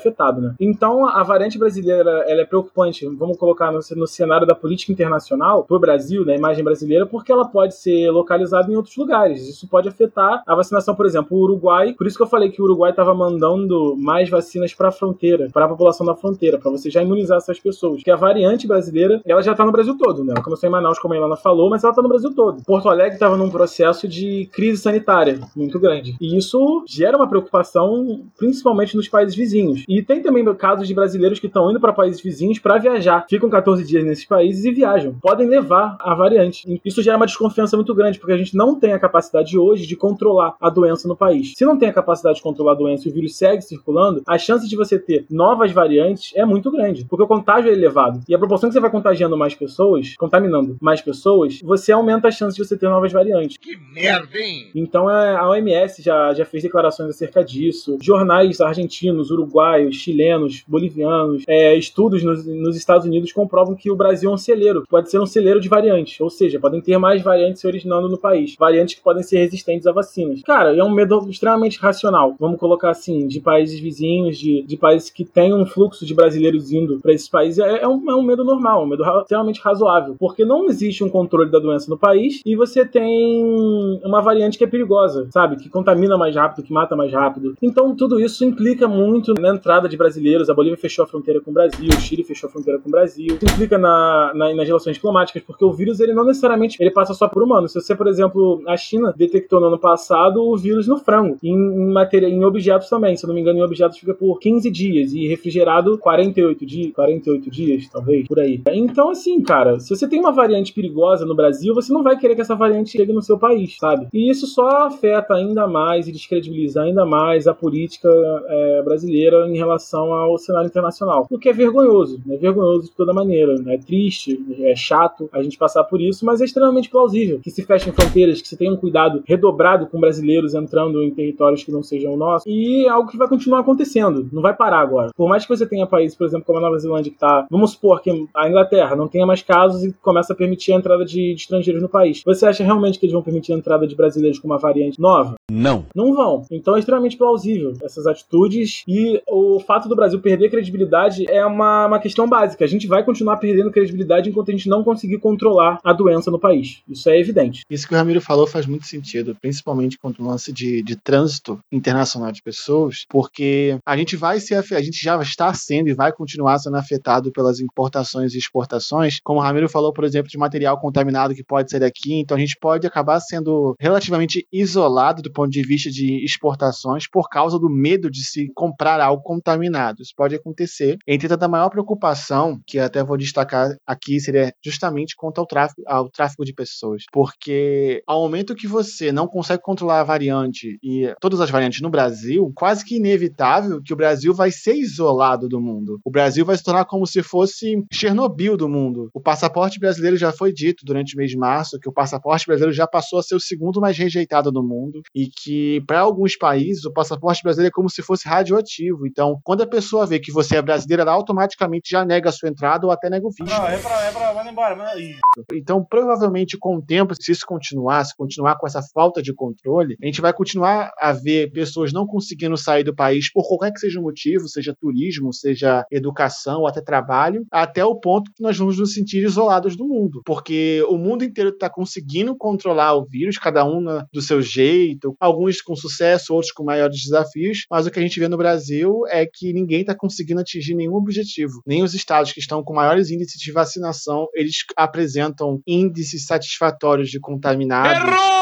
afetado, né? Então, a variante brasileira, ela é preocupante, vamos colocar no, no cenário da política internacional, pro Brasil, na imagem brasileira, porque ela pode ser localizada em outros lugares. Isso pode afetar a vacinação, por exemplo, o Uruguai. Por isso que eu falei que o Uruguai estava mandando mais vacinas para a fronteira, para a população da fronteira, para você já imunizar essas pessoas. Porque a variante brasileira, ela já está no Brasil todo, né? Ela começou em Manaus, como a Ilana falou, mas ela está no Brasil todo. Porto Alegre estava num processo de crise sanitária muito grande. E isso gera uma preocupação, principalmente nos países vizinhos. E tem também casos de brasileiros que estão indo para países vizinhos para viajar. Ficam catorze dias nesses países e viajam. Podem levar a variante. Isso gera uma desconfiança muito grande, porque a gente não tem a capacidade hoje de controlar a doença no país. Se não tem a capacidade de controlar a doença e o vírus segue circulando, a chance de você ter novas variantes é muito grande, porque o contágio é elevado. E a proporção que você vai contagiando mais pessoas, contaminando mais pessoas, você aumenta a chance de você ter novas variantes. Que merda, hein? Então a O M S já, já fez declarações acerca disso. Jornais argentinos, uruguaios, chilenos, bolivianos, é, estudos nos, nos Estados Unidos comprovam que o Brasil é um celeiro. Pode ser um celeiro de variantes, ou seja, podem ter mais variantes se originando no país. Variantes que podem ser resistentes a vacinas. Cara, é um medo extremamente racional. Vamos colocar assim, de países vizinhos, de, de países que têm um fluxo de brasileiros indo para esses países. É, é, um, é um medo normal, um medo extremamente razoável. Porque não existe um controle da doença no país e você tem uma variante que é perigosa, sabe? Que contamina mais rápido, que mata mais rápido. Então tudo isso implica muito na entrada de brasileiros. A Bolívia fechou a fronteira com o Brasil, o Chile fechou a fronteira com o Brasil. Isso implica na, na, nas relações diplomáticas, porque o vírus, ele não necessariamente ele passa só por humanos. Se você, por exemplo, a China detectou no ano passado o vírus no frango, em, em, matéria, em objetos também. Se eu não me engano, em objetos fica por quinze dias e refrigerado quarenta e oito dias, quarenta e oito dias, talvez, por aí. Então, assim, cara, se você tem uma variante perigosa no Brasil, você não vai querer que essa variante chegue no seu país, sabe? E isso só afeta ainda mais e descredibiliza ainda mais a política é, brasileira em relação ao cenário internacional. O que é vergonhoso, é vergonhoso de toda maneira, né? É triste, é chato a gente passar por isso, mas é extremamente plausível que se fechem fronteiras, que se tenha um cuidado redobrado com brasileiros entrando em territórios que não sejam nossos, e é algo que vai continuar acontecendo, não vai parar agora. Por mais que você tenha países, por exemplo, como a Nova Zelândia, que tá, vamos supor que a Inglaterra não tenha mais casos e começa a permitir a entrada de, de estrangeiros no país. Você acha realmente que eles vão permitir a entrada de brasileiros com uma variante nova? Não. Não vão. Então é extremamente plausível essas atitudes, e o fato do Brasil perder credibilidade é uma, uma questão básica. A gente vai continuar perdendo credibilidade enquanto a gente não conseguir controlar a doença no país. Isso é evidente. Isso que o Ramiro falou faz muito sentido, principalmente quanto ao lance de, de trânsito internacional de pessoas, porque a gente vai ser, a gente já está sendo e vai continuar sendo afetado pelas importações e exportações, como o Ramiro falou, por exemplo, de material contaminado que pode ser daqui, então a gente pode acabar sendo relativamente isolado do ponto de vista de exportações por causa do medo de se comprar algo contaminado. Isso pode acontecer. Entretanto, a maior preocupação, que até vou destacar aqui, seria justamente quanto ao tráfico, ao tráfico de pessoas, porque ao momento que você não consegue controlar a variante e todas as variantes no Brasil, quase que inevitável que o Brasil vai ser isolado do mundo. O Brasil vai se tornar como se fosse Chernobyl do mundo. O passaporte brasileiro já foi dito durante o mês de março que o passaporte brasileiro já passou a ser o segundo mais rejeitado do mundo e que para alguns países o passaporte brasileiro é como se fosse radioativo. Então, quando a pessoa vê que você é brasileira, ela automaticamente já nega a sua entrada ou até nega o visto. Não, é pra, é pra, vai embora, vai embora. Então, provavelmente, com o tempo, se isso continuar, se continuar com essa falta de controle, a gente vai continuar a ver pessoas não conseguindo sair do país por qualquer que seja o motivo, seja turismo, seja educação ou até trabalho, até o ponto que nós vamos nos sentir isolados do mundo. Porque o mundo inteiro está conseguindo controlar o vírus, cada um do seu jeito, alguns com sucesso, outros com maiores desafios, mas o que a gente vê no Brasil é que ninguém está conseguindo atingir nenhum objetivo. Nem os estados que estão com maiores índices de vacinação, eles apresentam índices satisfatórios de contaminados.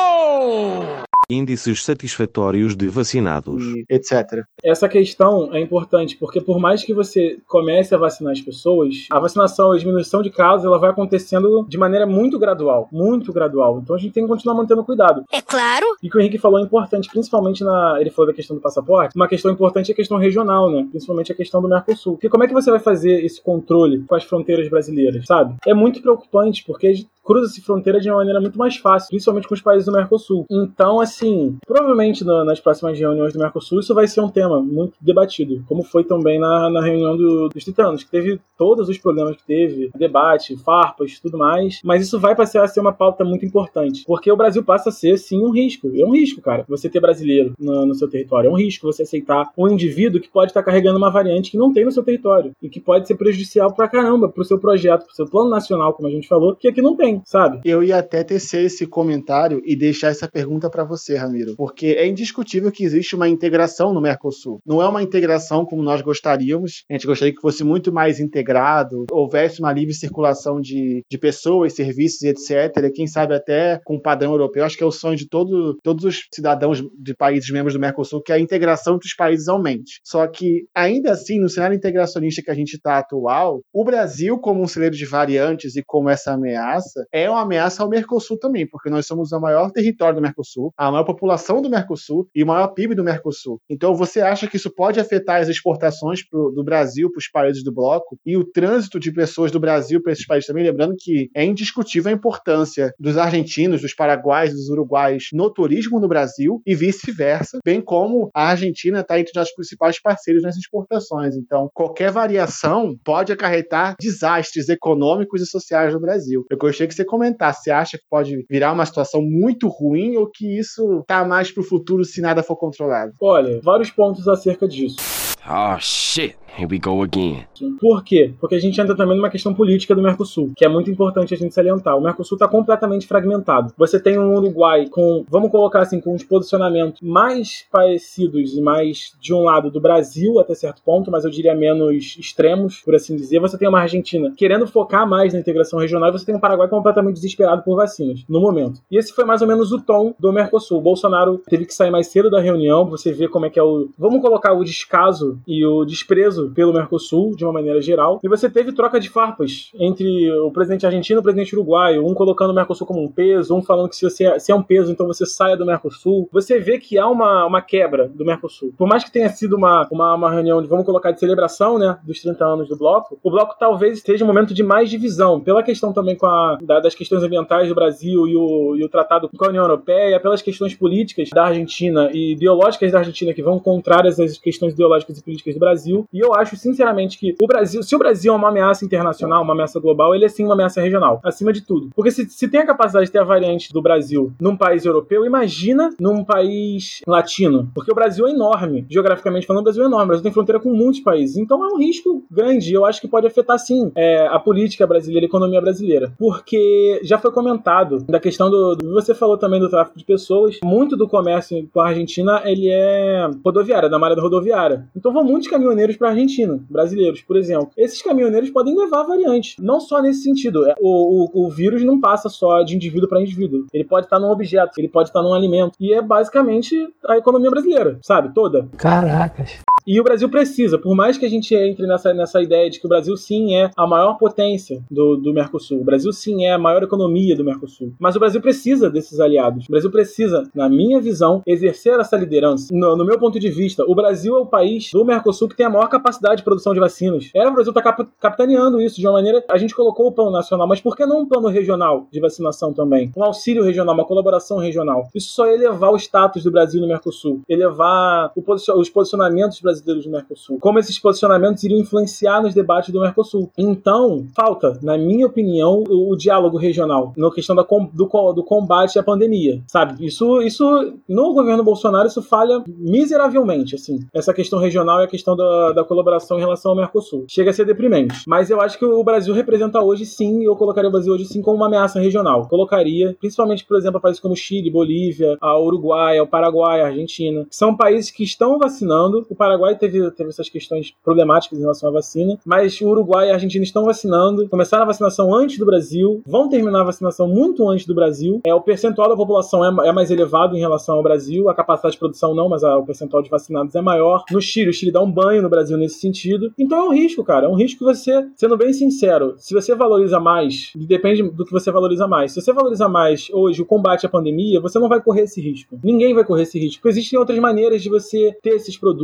Errou! Índices satisfatórios de vacinados, e etcétera. Essa questão é importante, porque por mais que você comece a vacinar as pessoas, a vacinação, a diminuição de casos, ela vai acontecendo de maneira muito gradual, muito gradual. Então a gente tem que continuar mantendo cuidado. É claro. E o que o Henrique falou é importante, principalmente na... Ele falou da questão do passaporte, uma questão importante é a questão regional, né? Principalmente a questão do Mercosul. Porque como é que você vai fazer esse controle com as fronteiras brasileiras, sabe? É muito preocupante, porque cruza-se fronteira de uma maneira muito mais fácil, principalmente com os países do Mercosul. Então, assim, provavelmente no, nas próximas reuniões do Mercosul isso vai ser um tema muito debatido, como foi também na, na reunião do, dos titanos, que teve todos os problemas que teve, debate, farpas, tudo mais, mas isso vai passar a ser uma pauta muito importante, porque o Brasil passa a ser, sim, um risco. É um risco, cara, você ter brasileiro no, no seu território. É um risco você aceitar um indivíduo que pode estar carregando uma variante que não tem no seu território e que pode ser prejudicial pra caramba pro seu projeto, pro seu plano nacional, como a gente falou, que aqui não tem, sabe? Eu ia até tecer esse comentário e deixar essa pergunta pra você, Ramiro, porque é indiscutível que existe uma integração no Mercosul. Não é uma integração como nós gostaríamos, a gente gostaria que fosse muito mais integrado, houvesse uma livre circulação de, de pessoas, serviços e etcétera. Quem sabe até com padrão europeu. Acho que é o sonho de todo, todos os cidadãos de países membros do Mercosul que a integração entre os países aumente. Só que, ainda assim, no cenário integracionista que a gente está atual, o Brasil, como um celeiro de variantes e como essa ameaça, é uma ameaça ao Mercosul também, porque nós somos o maior território do Mercosul, a maior população do Mercosul e o maior P I B do Mercosul. Então, você acha que isso pode afetar as exportações pro, do Brasil para os países do bloco e o trânsito de pessoas do Brasil para esses países também? Lembrando que é indiscutível a importância dos argentinos, dos paraguaios, dos uruguaios no turismo no Brasil e vice-versa, bem como a Argentina está entre os nossos principais parceiros nas exportações. Então, qualquer variação pode acarretar desastres econômicos e sociais no Brasil. Eu gostaria que você comentasse, você acha que pode virar uma situação muito ruim ou que isso está mais para o futuro se nada for controlado? Olha, vários pontos acerca disso. Oh, shit. Here we go again. Por quê? Porque a gente entra também numa questão política do Mercosul, que é muito importante a gente salientar. O Mercosul está completamente fragmentado. Você tem um Uruguai com, vamos colocar assim, com uns posicionamentos mais parecidos e mais de um lado do Brasil até certo ponto, mas eu diria menos extremos, por assim dizer. Você tem uma Argentina querendo focar mais na integração regional e você tem um Paraguai completamente desesperado por vacinas, no momento. E esse foi mais ou menos o tom do Mercosul. O Bolsonaro teve que sair mais cedo da reunião, você vê como é que é o... Vamos colocar o descaso e o desprezo pelo Mercosul, de uma maneira geral, e você teve troca de farpas entre o presidente argentino e o presidente uruguaio, um colocando o Mercosul como um peso, um falando que se você é, se é um peso, então você saia do Mercosul. Você vê que há uma, uma quebra do Mercosul. Por mais que tenha sido uma, uma, uma reunião de, vamos colocar, de celebração, né, dos trinta anos do bloco, o bloco talvez esteja um momento de mais divisão, pela questão também com a, da, das questões ambientais do Brasil e o, e o tratado com a União Europeia, pelas questões políticas da Argentina e ideológicas da Argentina que vão contrárias às questões ideológicas e políticas do Brasil. E eu acho, sinceramente, que o Brasil, se o Brasil é uma ameaça internacional, uma ameaça global, ele é sim uma ameaça regional, acima de tudo. Porque se, se tem a capacidade de ter a variante do Brasil num país europeu, imagina num país latino. Porque o Brasil é enorme, geograficamente falando, o Brasil é enorme. O Brasil tem fronteira com muitos países. Então é um risco grande. E eu acho que pode afetar, sim, é, a política brasileira, a economia brasileira. Porque já foi comentado da questão do, do... Você falou também do tráfico de pessoas. Muito do comércio com a Argentina, ele é rodoviária, da malha da rodoviária. Então vão muitos caminhoneiros para a Argentina, brasileiros, por exemplo. Esses caminhoneiros podem levar variantes. Não só nesse sentido. O, o, o vírus não passa só de indivíduo para indivíduo. Ele pode estar num objeto, ele pode estar num alimento. E é basicamente a economia brasileira, sabe? Toda. Caracas. E o Brasil precisa, por mais que a gente entre nessa, nessa ideia de que o Brasil sim é a maior potência do, do Mercosul, o Brasil sim é a maior economia do Mercosul, mas o Brasil precisa desses aliados. O Brasil precisa, na minha visão, exercer essa liderança. No, no meu ponto de vista, o Brasil é o país do Mercosul que tem a maior capacidade de produção de vacinas. Era o Brasil estar cap capitaneando isso de uma maneira... A gente colocou o plano nacional, mas por que não um plano regional de vacinação também? Um auxílio regional, uma colaboração regional. Isso só elevar o status do Brasil no Mercosul, elevar o posicion os posicionamentos brasileiros do Mercosul, como esses posicionamentos iriam influenciar nos debates do Mercosul. Então, falta, na minha opinião, o, o diálogo regional, na questão da com, do, do combate à pandemia, sabe? Isso, isso, no governo Bolsonaro, isso falha miseravelmente, assim. Essa questão regional e a questão da, da colaboração em relação ao Mercosul. Chega a ser deprimente. Mas eu acho que o Brasil representa hoje, sim, eu colocaria o Brasil hoje, sim, como uma ameaça regional. Colocaria, principalmente, por exemplo, países como Chile, Bolívia, a Uruguai, o Paraguai, a Argentina, que são países que estão vacinando. O Paraguai teve, teve essas questões problemáticas em relação à vacina, mas o Uruguai e a Argentina estão vacinando, começaram a vacinação antes do Brasil, vão terminar a vacinação muito antes do Brasil. É, o percentual da população é, é mais elevado em relação ao Brasil, a capacidade de produção não, mas a, o percentual de vacinados é maior. No Chile, o Chile dá um banho no Brasil nesse sentido. Então é um risco, cara, é um risco que você, sendo bem sincero, se você valoriza mais, depende do que você valoriza mais, se você valoriza mais hoje o combate à pandemia, você não vai correr esse risco. Ninguém vai correr esse risco, porque existem outras maneiras de você ter esses produtos, de você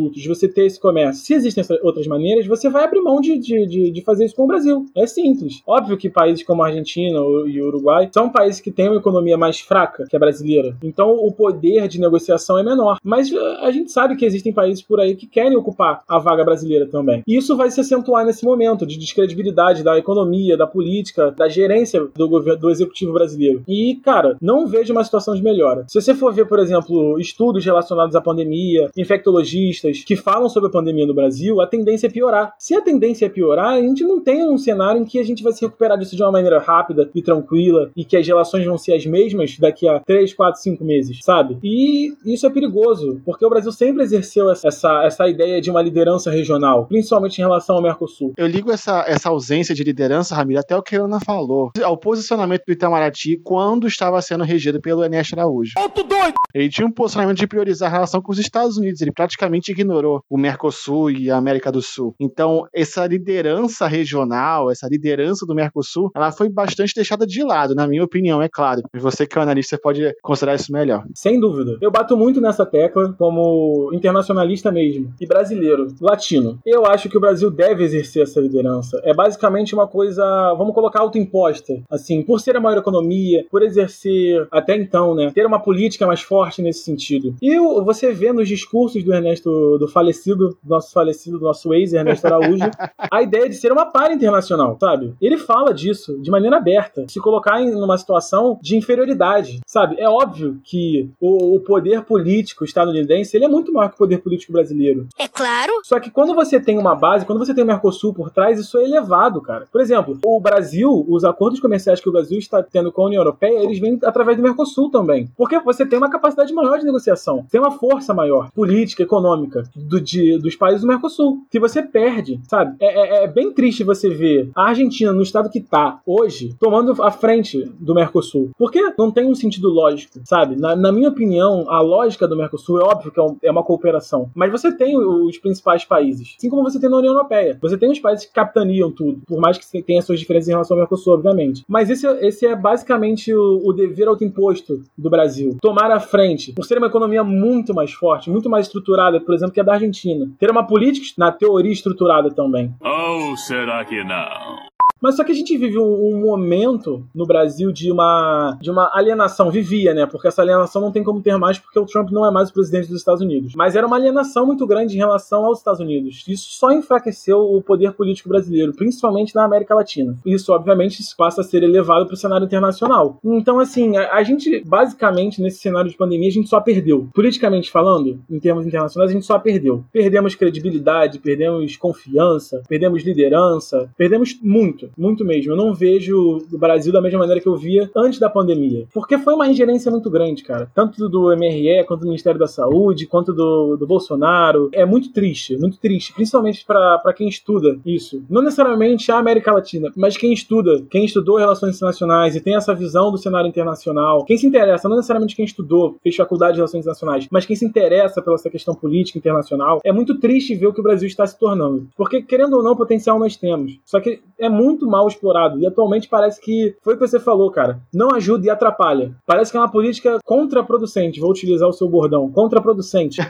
ter esse comércio. Se existem outras maneiras, você vai abrir mão de, de, de, de fazer isso com o Brasil. É simples. Óbvio que países como a Argentina e o Uruguai são países que têm uma economia mais fraca que a brasileira. Então o poder de negociação é menor. Mas a gente sabe que existem países por aí que querem ocupar a vaga brasileira também. E isso vai se acentuar nesse momento de descredibilidade da economia, da política, da gerência do governo, do executivo brasileiro. E, cara, não vejo uma situação de melhora. Se você for ver, por exemplo, estudos relacionados à pandemia, infectologistas que falam sobre a pandemia no Brasil, a tendência é piorar. Se a tendência é piorar, a gente não tem um cenário em que a gente vai se recuperar disso de uma maneira rápida e tranquila e que as relações vão ser as mesmas daqui a três, quatro, cinco meses, sabe? E isso é perigoso, porque o Brasil sempre exerceu essa, essa ideia de uma liderança regional, principalmente em relação ao Mercosul. Eu ligo essa, essa ausência de liderança, Ramiro, até o que a Ana falou, ao posicionamento do Itamaraty quando estava sendo regido pelo Ernesto Araújo. Ponto doido! Ele tinha um posicionamento de priorizar a relação com os Estados Unidos, ele praticamente ignorou o Mercosul e a América do Sul. Então, essa liderança regional, essa liderança do Mercosul, ela foi bastante deixada de lado, na minha opinião, é claro. E você que é um analista pode considerar isso melhor. Sem dúvida. Eu bato muito nessa tecla como internacionalista mesmo, e brasileiro, latino. Eu acho que o Brasil deve exercer essa liderança. É basicamente uma coisa, vamos colocar, autoimposta. Assim, por ser a maior economia, por exercer, até então, né, ter uma política mais forte nesse sentido. E você vê nos discursos do Ernesto, do falecido, do nosso falecido, do nosso ex-Ernesto Araújo, a ideia de ser uma par internacional, sabe? Ele fala disso de maneira aberta, se colocar em uma situação de inferioridade, sabe? É óbvio que o, o poder político estadunidense, ele é muito maior que o poder político brasileiro. É claro. Só que quando você tem uma base, quando você tem o Mercosul por trás, isso é elevado, cara. Por exemplo, o Brasil, os acordos comerciais que o Brasil está tendo com a União Europeia, eles vêm através do Mercosul também. Porque você tem uma capacidade maior de negociação, tem uma força maior, política, econômica, do, de, dos países do Mercosul, que você perde, sabe? É, é, é bem triste você ver a Argentina no estado que tá hoje, tomando a frente do Mercosul. Porque não tem um sentido lógico, sabe? Na, na minha opinião, a lógica do Mercosul é óbvio que é, um, é uma cooperação, mas você tem os principais países, assim como você tem na União Europeia. Você tem os países que capitaneam tudo, por mais que tenha suas diferenças em relação ao Mercosul, obviamente. Mas esse, esse é basicamente o, o dever autoimposto do Brasil. Tomar a frente, por ser uma economia muito mais forte, muito mais estruturada, por exemplo, que a da Argentina. Ter uma política, na teoria, estruturada também. Ou será que não? Mas só que a gente vive um, um momento no Brasil de uma, de uma alienação, vivia, né? Porque essa alienação não tem como ter mais, porque o Trump não é mais o presidente dos Estados Unidos. Mas era uma alienação muito grande em relação aos Estados Unidos. Isso só enfraqueceu o poder político brasileiro, principalmente na América Latina. Isso, obviamente, passa a ser elevado para o cenário internacional. Então, assim, a, a gente, basicamente, nesse cenário de pandemia, a gente só perdeu. Politicamente falando, em termos internacionais, a gente só perdeu. Perdemos credibilidade, perdemos confiança, perdemos liderança, perdemos muito. Muito mesmo. Eu não vejo o Brasil da mesma maneira que eu via antes da pandemia. Porque foi uma ingerência muito grande, cara. Tanto do M R E, quanto do Ministério da Saúde, quanto do, do Bolsonaro. É muito triste, muito triste. Principalmente para quem estuda isso. Não necessariamente a América Latina, mas quem estuda, quem estudou relações internacionais e tem essa visão do cenário internacional. Quem se interessa, não necessariamente quem estudou, fez faculdade de relações internacionais, mas quem se interessa pela essa questão política internacional. É muito triste ver o que o Brasil está se tornando. Porque, querendo ou não, potencial nós temos. Só que é muito mal explorado. E atualmente parece que foi o que você falou, cara. Não ajuda e atrapalha. Parece que é uma política contraproducente. Vou utilizar o seu bordão. Contraproducente.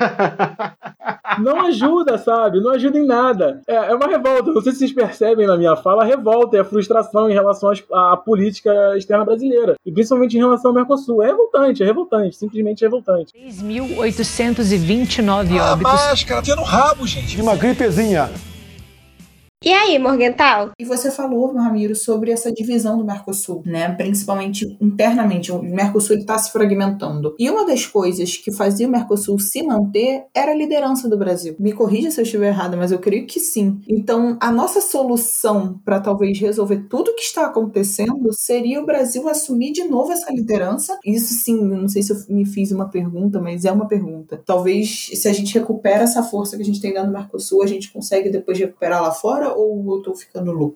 Não ajuda, sabe? Não ajuda em nada. É, é uma revolta. Não sei se vocês percebem na minha fala a revolta e a frustração em relação à política externa brasileira. E principalmente em relação ao Mercosul. É revoltante, é revoltante. Simplesmente revoltante. três mil oitocentos e vinte e nove óbitos. Ah, máscara, tinha no rabo, gente. De uma gripezinha. E aí, Morgenthau? E você falou, Ramiro, sobre essa divisão do Mercosul, né? Principalmente internamente. O Mercosul está se fragmentando. E uma das coisas que fazia o Mercosul se manter era a liderança do Brasil. Me corrija se eu estiver errada, mas eu creio que sim. Então, a nossa solução para talvez resolver tudo o que está acontecendo seria o Brasil assumir de novo essa liderança. Isso sim, não sei se eu me fiz uma pergunta, mas é uma pergunta. Talvez, se a gente recupera essa força que a gente tem dentro do Mercosul, a gente consegue depois recuperar lá fora? Ou eu tô ficando louca?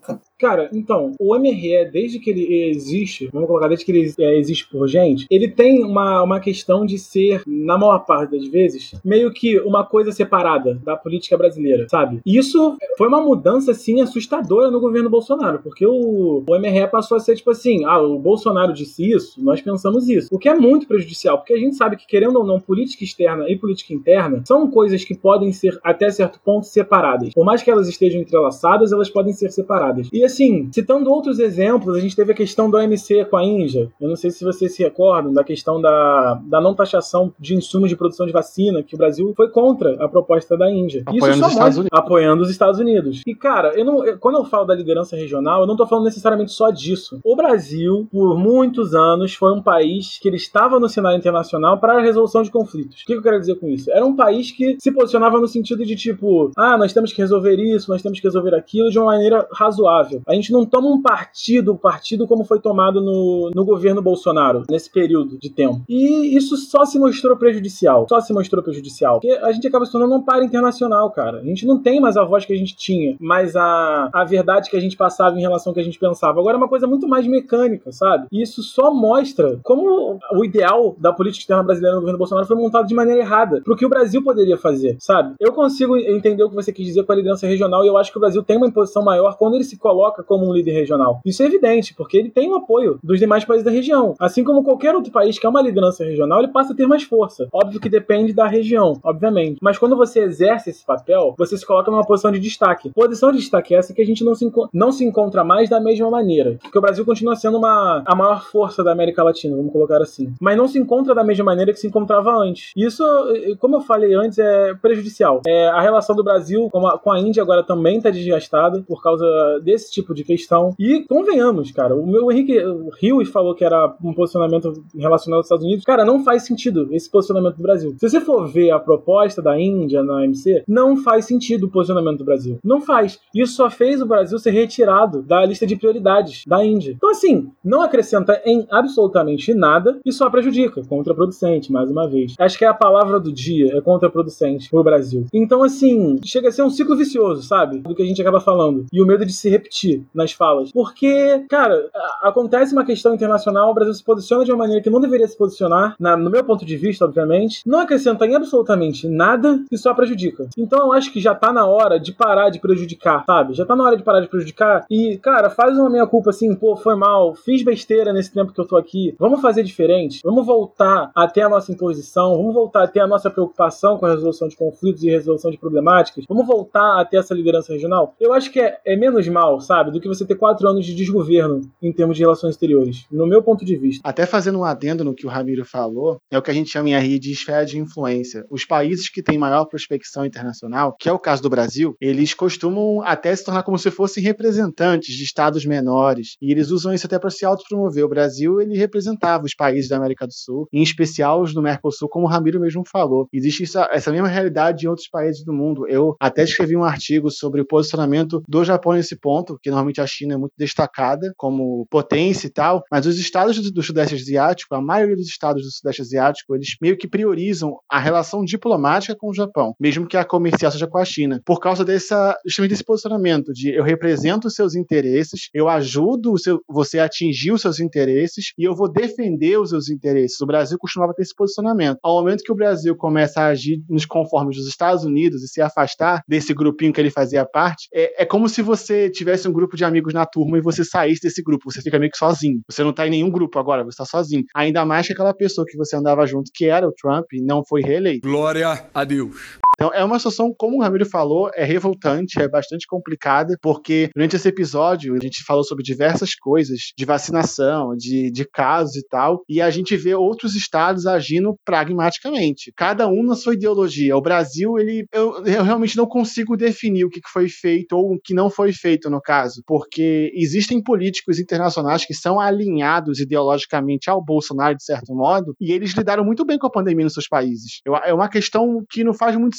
Cara, então, o M R E, desde que ele existe, vamos colocar, desde que ele é, existe por gente, ele tem uma, uma questão de ser, na maior parte das vezes, meio que uma coisa separada da política brasileira, sabe? E isso foi uma mudança, assim, assustadora no governo Bolsonaro, porque o, o M R E passou a ser, tipo assim, ah, o Bolsonaro disse isso, nós pensamos isso, o que é muito prejudicial, porque a gente sabe que, querendo ou não, política externa e política interna são coisas que podem ser, até certo ponto, separadas. Por mais que elas estejam entrelaçadas, elas podem ser separadas. E assim, citando outros exemplos, a gente teve a questão do O M C com a Índia. Eu não sei se vocês se recordam da questão da, da não taxação de insumos de produção de vacina, que o Brasil foi contra a proposta da Índia. Apoiando Isso só os Estados Unidos. Apoiando os Estados Unidos. E cara, eu não, eu, quando eu falo da liderança regional, eu não tô falando necessariamente só disso. O Brasil, por muitos anos, foi um país que ele estava no cenário internacional para a resolução de conflitos. O que eu quero dizer com isso? Era um país que se posicionava no sentido de tipo, ah, nós temos que resolver isso, nós temos que resolver aquilo de uma maneira razoável. A gente não toma um partido, partido como foi tomado no, no governo Bolsonaro, nesse período de tempo. E isso só se mostrou prejudicial. Só se mostrou prejudicial. Porque a gente acaba se tornando um par internacional, cara. A gente não tem mais a voz que a gente tinha, mas a, a verdade que a gente passava em relação ao que a gente pensava. Agora é uma coisa muito mais mecânica, sabe? E isso só mostra como o ideal da política externa brasileira no governo Bolsonaro foi montado de maneira errada pro que o Brasil poderia fazer, sabe? Eu consigo entender o que você quis dizer com a liderança regional e eu acho que o Brasil tem uma imposição maior quando ele se coloca como um líder regional. Isso é evidente, porque ele tem o apoio dos demais países da região. Assim como qualquer outro país que é uma liderança regional, ele passa a ter mais força. Óbvio que depende da região, obviamente. Mas quando você exerce esse papel, você se coloca numa posição de destaque. Posição de destaque é essa que a gente não se, não se encontra mais da mesma maneira. Porque o Brasil continua sendo uma, a maior força da América Latina, vamos colocar assim. Mas não se encontra da mesma maneira que se encontrava antes. Isso, como eu falei antes, é prejudicial. É, a relação do Brasil com a, com a Índia agora também está desgastada por causa desse tipo de questão. E convenhamos, cara, o meu Henrique Rio falou que era um posicionamento relacionado aos Estados Unidos. Cara, não faz sentido esse posicionamento do Brasil. Se você for ver a proposta da Índia na O M C, não faz sentido o posicionamento do Brasil. Não faz. Isso só fez o Brasil ser retirado da lista de prioridades da Índia. Então, assim, não acrescenta em absolutamente nada e só prejudica. Contraproducente, mais uma vez. Acho que é a palavra do dia, é contraproducente pro Brasil. Então, assim, chega a ser um ciclo vicioso, sabe? Do que a gente acaba falando. E o medo de se repetir nas falas. Porque, cara, a- acontece uma questão internacional, o Brasil se posiciona de uma maneira que não deveria se posicionar, na- no meu ponto de vista, obviamente, não acrescenta em absolutamente nada e só prejudica. Então eu acho que já tá na hora de parar de prejudicar, sabe? Já tá na hora de parar de prejudicar e, cara, faz uma meia-culpa assim, pô, foi mal, fiz besteira nesse tempo que eu tô aqui, vamos fazer diferente, vamos voltar a ter a nossa imposição, vamos voltar a ter a nossa preocupação com a resolução de conflitos e resolução de problemáticas, vamos voltar a ter essa liderança regional. Eu acho que é, é menos mal, sabe, do que você ter quatro anos de desgoverno em termos de relações exteriores, no meu ponto de vista. Até fazendo um adendo no que o Ramiro falou, é o que a gente chama em R I de esfera de influência. Os países que têm maior prospecção internacional, que é o caso do Brasil, eles costumam até se tornar como se fossem representantes de estados menores, e eles usam isso até para se autopromover. O Brasil, ele representava os países da América do Sul, em especial os do Mercosul, como o Ramiro mesmo falou. Existe essa, essa mesma realidade em outros países do mundo. Eu até escrevi um artigo sobre o posicionamento do Japão nesse ponto, que normalmente a China é muito destacada como potência e tal, mas os estados do, do Sudeste Asiático, a maioria dos estados do Sudeste Asiático, eles meio que priorizam a relação diplomática com o Japão, mesmo que a comercial seja com a China, por causa dessa, justamente desse posicionamento de eu represento os seus interesses, eu ajudo o seu, você a atingir os seus interesses e eu vou defender os seus interesses. O Brasil costumava ter esse posicionamento. Ao momento que o Brasil começa a agir nos conformes dos Estados Unidos e se afastar desse grupinho que ele fazia parte, é, é como se você tivesse um grupo de amigos na turma e você saísse desse grupo, você fica meio que sozinho. Você não tá em nenhum grupo agora, você tá sozinho. Ainda mais que aquela pessoa que você andava junto, que era o Trump, não foi reeleito. Glória a Deus. Então é uma situação, como o Ramiro falou, é revoltante, é bastante complicada, porque durante esse episódio a gente falou sobre diversas coisas, de vacinação, de, de casos e tal, e a gente vê outros estados agindo pragmaticamente, cada um na sua ideologia. O Brasil, ele, eu, eu realmente não consigo definir o que foi feito ou o que não foi feito no caso, porque existem políticos internacionais que são alinhados ideologicamente ao Bolsonaro, de certo modo, e eles lidaram muito bem com a pandemia nos seus países. Eu, é uma questão que não faz muito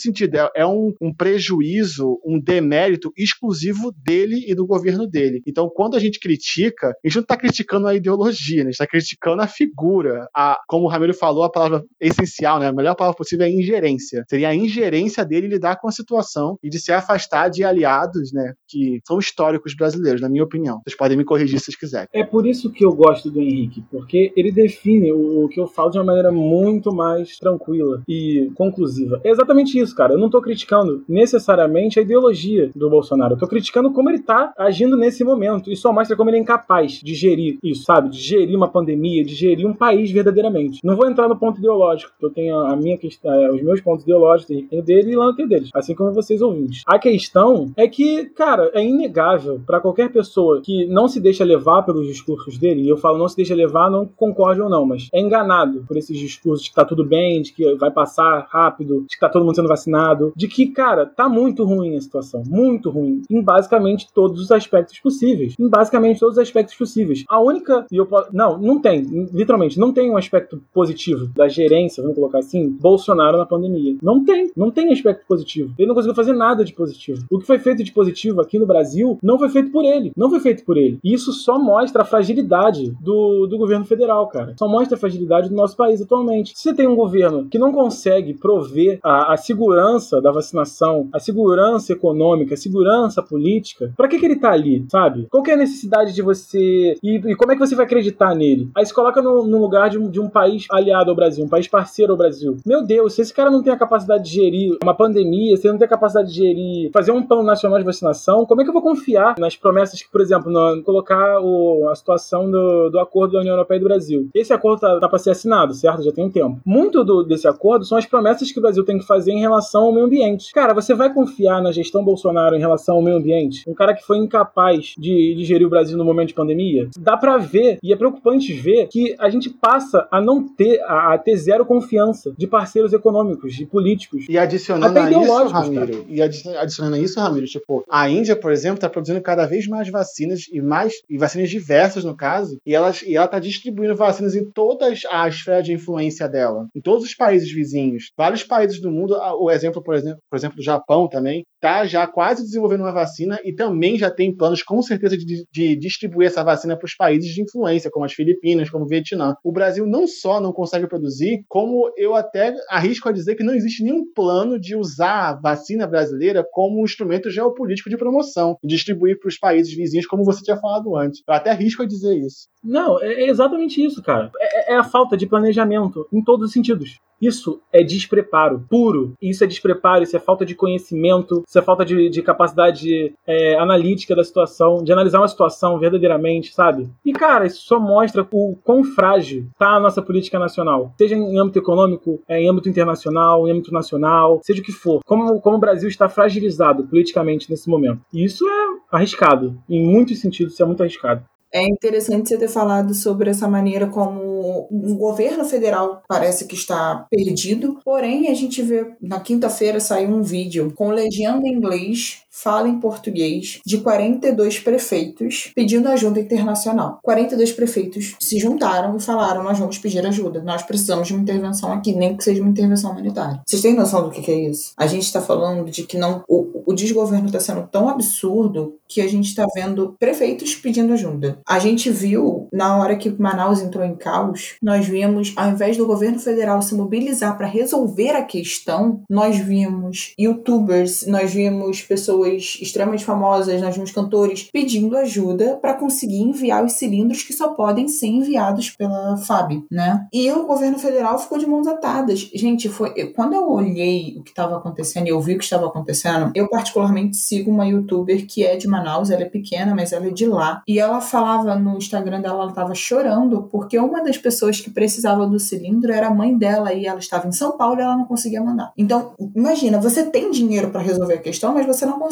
sentido, é, é um, um prejuízo, um demérito exclusivo dele e do governo dele. Então, quando a gente critica, a gente não está criticando a ideologia, né? A gente está criticando a figura. A, como o Ramiro falou, a palavra essencial, né? A melhor palavra possível é ingerência. Seria a ingerência dele lidar com a situação e de se afastar de aliados, né, que são históricos brasileiros, na minha opinião. Vocês podem me corrigir se vocês quiserem. É por isso que eu gosto do Henrique, porque ele define o, o que eu falo de uma maneira muito mais tranquila e conclusiva. É exatamente isso, cara. Eu não tô criticando necessariamente a ideologia do Bolsonaro. Eu tô criticando como ele tá agindo nesse momento. E só mostra como ele é incapaz de gerir isso, sabe? De gerir uma pandemia, de gerir um país verdadeiramente. Não vou entrar no ponto ideológico, porque eu tenho a minha questão, os meus pontos ideológicos, o Henrique tem o dele e lá tem o deles. Assim como vocês ouvintes. A questão é que, cara, é inegável pra qualquer pessoa que não se deixa levar pelos discursos dele, e eu falo não se deixa levar, não concorde ou não, mas é enganado por esses discursos de que tá tudo bem, de que vai passar rápido, de que tá todo mundo sendo vacinado, de que, cara, tá muito ruim a situação, muito ruim, em basicamente todos os aspectos possíveis, em basicamente todos os aspectos possíveis. A única, e eu posso, não, não tem, literalmente, não tem um aspecto positivo da gerência, vamos colocar assim, Bolsonaro na pandemia. Não tem, não tem aspecto positivo. Ele não conseguiu fazer nada de positivo. O que foi feito de positivo aqui no Brasil não foi feito por ele, não foi feito por ele. E isso só mostra a fragilidade do, do governo federal, cara. Só mostra a fragilidade do nosso país atualmente. Se você tem um governo que não consegue prover a, a segurança da vacinação, a segurança econômica, a segurança política, pra que que ele tá ali, sabe? Qual que é a necessidade de você... E, e como é que você vai acreditar nele? Aí se coloca no, no lugar de um, de um país aliado ao Brasil, um país parceiro ao Brasil. Meu Deus, se esse cara não tem a capacidade de gerir uma pandemia, se ele não tem a capacidade de gerir, fazer um plano nacional de vacinação, como é que eu vou confiar nas promessas que, por exemplo, no, colocar o, a situação do, do acordo da União Europeia e do Brasil? Esse acordo tá, tá para ser assinado, certo? Já tem um tempo. Muito do, desse acordo são as promessas que o Brasil tem que fazer em relação ao meio ambiente. Cara, você vai confiar na gestão Bolsonaro em relação ao meio ambiente? Um cara que foi incapaz de, de gerir o Brasil no momento de pandemia? Dá pra ver, e é preocupante ver, que a gente passa a não ter, a, a ter zero confiança de parceiros econômicos, de políticos. E adicionando a isso, Ramiro, e adicionando a isso, Ramiro, tipo, a Índia, por exemplo, tá produzindo cada vez mais vacinas e mais e vacinas diversas, no caso, e, elas, e ela tá distribuindo vacinas em todas as esferas de influência dela, em todos os países vizinhos. Vários países do mundo, o exemplo, por exemplo, por exemplo, do Japão também, tá já quase desenvolvendo uma vacina e também já tem planos, com certeza, de, de distribuir essa vacina para os países de influência, como as Filipinas, como o Vietnã. O Brasil não só não consegue produzir, como eu até arrisco a dizer que não existe nenhum plano de usar a vacina brasileira como um instrumento geopolítico de promoção, e distribuir para os países vizinhos, como você tinha falado antes. Eu até arrisco a dizer isso. Não, é exatamente isso, cara. É, é a falta de planejamento em todos os sentidos. Isso é despreparo puro. Isso é despreparo, isso é falta de conhecimento, isso é falta de, de capacidade é, analítica da situação, de analisar uma situação verdadeiramente, sabe? E, cara, isso só mostra o quão frágil tá a nossa política nacional. Seja em âmbito econômico, é, em âmbito internacional, em âmbito nacional, seja o que for. Como, como o Brasil está fragilizado politicamente nesse momento. E isso é arriscado. Em muitos sentidos, isso é muito arriscado. É interessante você ter falado sobre essa maneira como o governo federal parece que está perdido, porém a gente vê, na quinta-feira saiu um vídeo com legenda em inglês, fala em português, de quarenta e dois prefeitos pedindo ajuda internacional. quarenta e dois prefeitos se juntaram e falaram: nós vamos pedir ajuda, nós precisamos de uma intervenção aqui, nem que seja uma intervenção humanitária. Vocês têm noção do que é isso? A gente está falando de que não, o, o desgoverno está sendo tão absurdo que a gente está vendo prefeitos pedindo ajuda. A gente viu, na hora que Manaus entrou em caos, nós vimos, ao invés do governo federal se mobilizar para resolver a questão, nós vimos youtubers, nós vimos pessoas extremamente famosas, nós vimos cantores pedindo ajuda para conseguir enviar os cilindros que só podem ser enviados pela F A B, né? E o governo federal ficou de mãos atadas. Gente, foi quando eu olhei o que estava acontecendo e eu vi o que estava acontecendo, eu particularmente sigo uma youtuber que é de Manaus, ela é pequena, mas ela é de lá, e ela falava no Instagram dela, ela estava chorando porque uma das pessoas que precisava do cilindro era a mãe dela e ela estava em São Paulo e ela não conseguia mandar. Então, imagina, você tem dinheiro para resolver a questão, mas você não consegue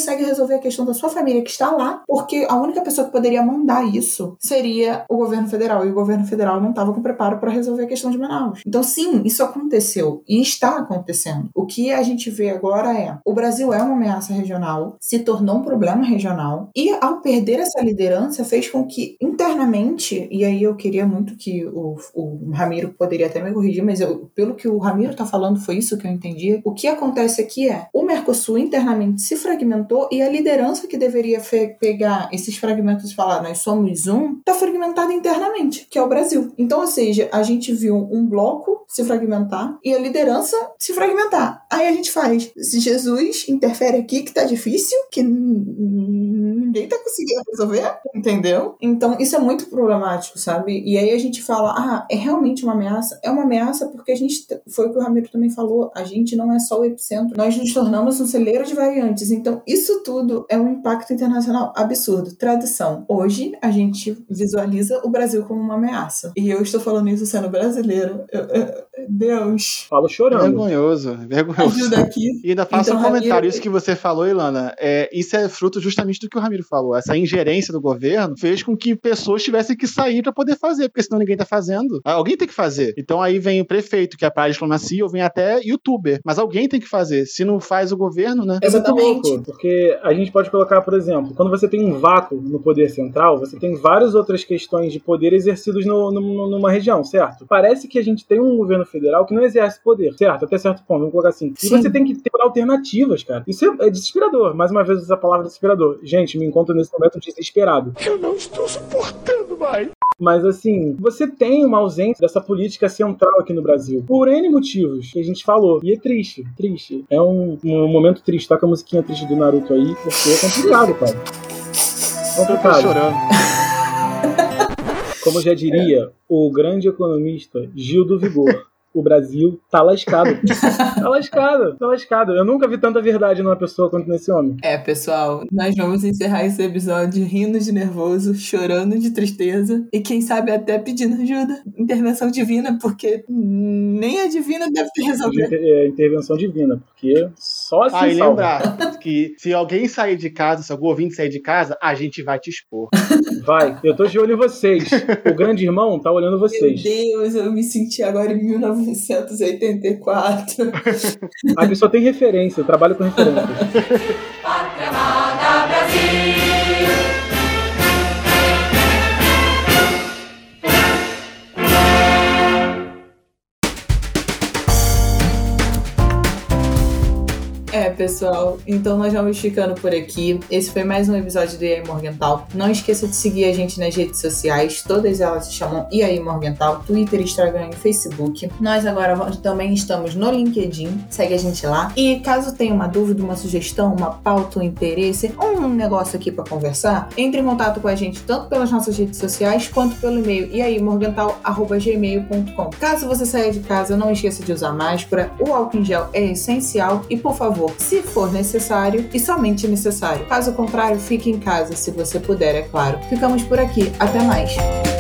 consegue resolver a questão da sua família que está lá, porque a única pessoa que poderia mandar isso seria o governo federal, e o governo federal não estava com preparo para resolver a questão de Manaus. Então, sim, isso aconteceu e está acontecendo. O que a gente vê agora é, o Brasil é uma ameaça regional, se tornou um problema regional, e ao perder essa liderança fez com que internamente, e aí eu queria muito que o, o Ramiro poderia até me corrigir, mas eu, pelo que o Ramiro está falando, foi isso que eu entendi. O que acontece aqui é, o Mercosul internamente se fragmentou e a liderança que deveria fe- pegar esses fragmentos e falar, nós somos um, está fragmentada internamente, que é o Brasil. Então, ou seja, a gente viu um bloco se fragmentar e a liderança se fragmentar. Aí a gente faz, se Jesus interfere aqui que tá difícil, que n- ninguém tá conseguindo resolver, entendeu? Então, isso é muito problemático, sabe? E aí a gente fala, ah, é realmente uma ameaça? É uma ameaça porque a gente, foi o que o Ramiro também falou, a gente não é só o epicentro, nós nos tornamos um celeiro de variantes. Então, isso tudo é um impacto internacional absurdo. Tradução, hoje a gente visualiza o Brasil como uma ameaça. E eu estou falando isso sendo brasileiro. Eu, eu, Deus. Falo chorando. Vergonhoso, vergonhoso. Ajuda aqui. E ainda faço Então, um comentário, Ramiro- isso que você falou, Ilana, é, isso é fruto justamente do que o Ramiro falou. Essa ingerência do governo fez com que pessoas tivessem que sair para poder fazer, porque senão ninguém tá fazendo. Alguém tem que fazer. Então aí vem o prefeito, que é a praia de diplomacia, ou vem até youtuber. Mas alguém tem que fazer. Se não faz o governo, né? É muito Exatamente. louco, porque a gente pode colocar, por exemplo, quando você tem um vácuo no poder central, você tem várias outras questões de poder exercidos no, no, numa região, certo? Parece que a gente tem um governo federal que não exerce poder, certo? Até certo ponto, vamos colocar assim. E Sim. você tem que ter alternativas, cara. Isso é, é desesperador. Mais uma vez essa palavra desesperador. Gente, me encontro nesse momento desesperado. Eu não estou suportando mais. Mas assim, você tem uma ausência dessa política central aqui no Brasil. Por N motivos que a gente falou. E é triste, triste. É um, um momento triste. Toca a musiquinha triste do Naruto aí, porque é complicado, cara. Eu tô Complicado. chorando. Como já diria o grande economista Gil do Vigor, o Brasil tá lascado. Tá lascado, tá lascado. Eu nunca vi tanta verdade numa pessoa quanto nesse homem. É, pessoal, nós vamos encerrar esse episódio rindo de nervoso, chorando de tristeza e quem sabe até pedindo ajuda, intervenção divina, porque nem a divina deve ter resolvido. É, intervenção divina, porque só assim Ah, e salva. lembrar que se alguém sair de casa, se algum ouvinte sair de casa, a gente vai te expor. Vai, eu tô de olho em vocês. O grande irmão tá olhando Meu vocês. Deus, eu me senti agora em mil novecentos e oitenta e quatro. A pessoa tem referência, eu trabalho com referências. É, pessoal, então nós vamos ficando por aqui. Esse foi mais um episódio do E aí Morgental. Não esqueça de seguir a gente nas redes sociais, todas elas se chamam E aí Morgental, Twitter, Instagram e Facebook. Nós agora também estamos no LinkedIn, segue a gente lá. E caso tenha uma dúvida, uma sugestão, uma pauta, um interesse, um negócio aqui para conversar, entre em contato com a gente tanto pelas nossas redes sociais quanto pelo e-mail e aí morgental arroba gmail ponto com. Caso você saia de casa, não esqueça de usar máscara, o álcool em gel é essencial e, por favor, se for necessário e somente necessário. Caso contrário, fique em casa, se você puder, é claro. Ficamos por aqui. Até mais.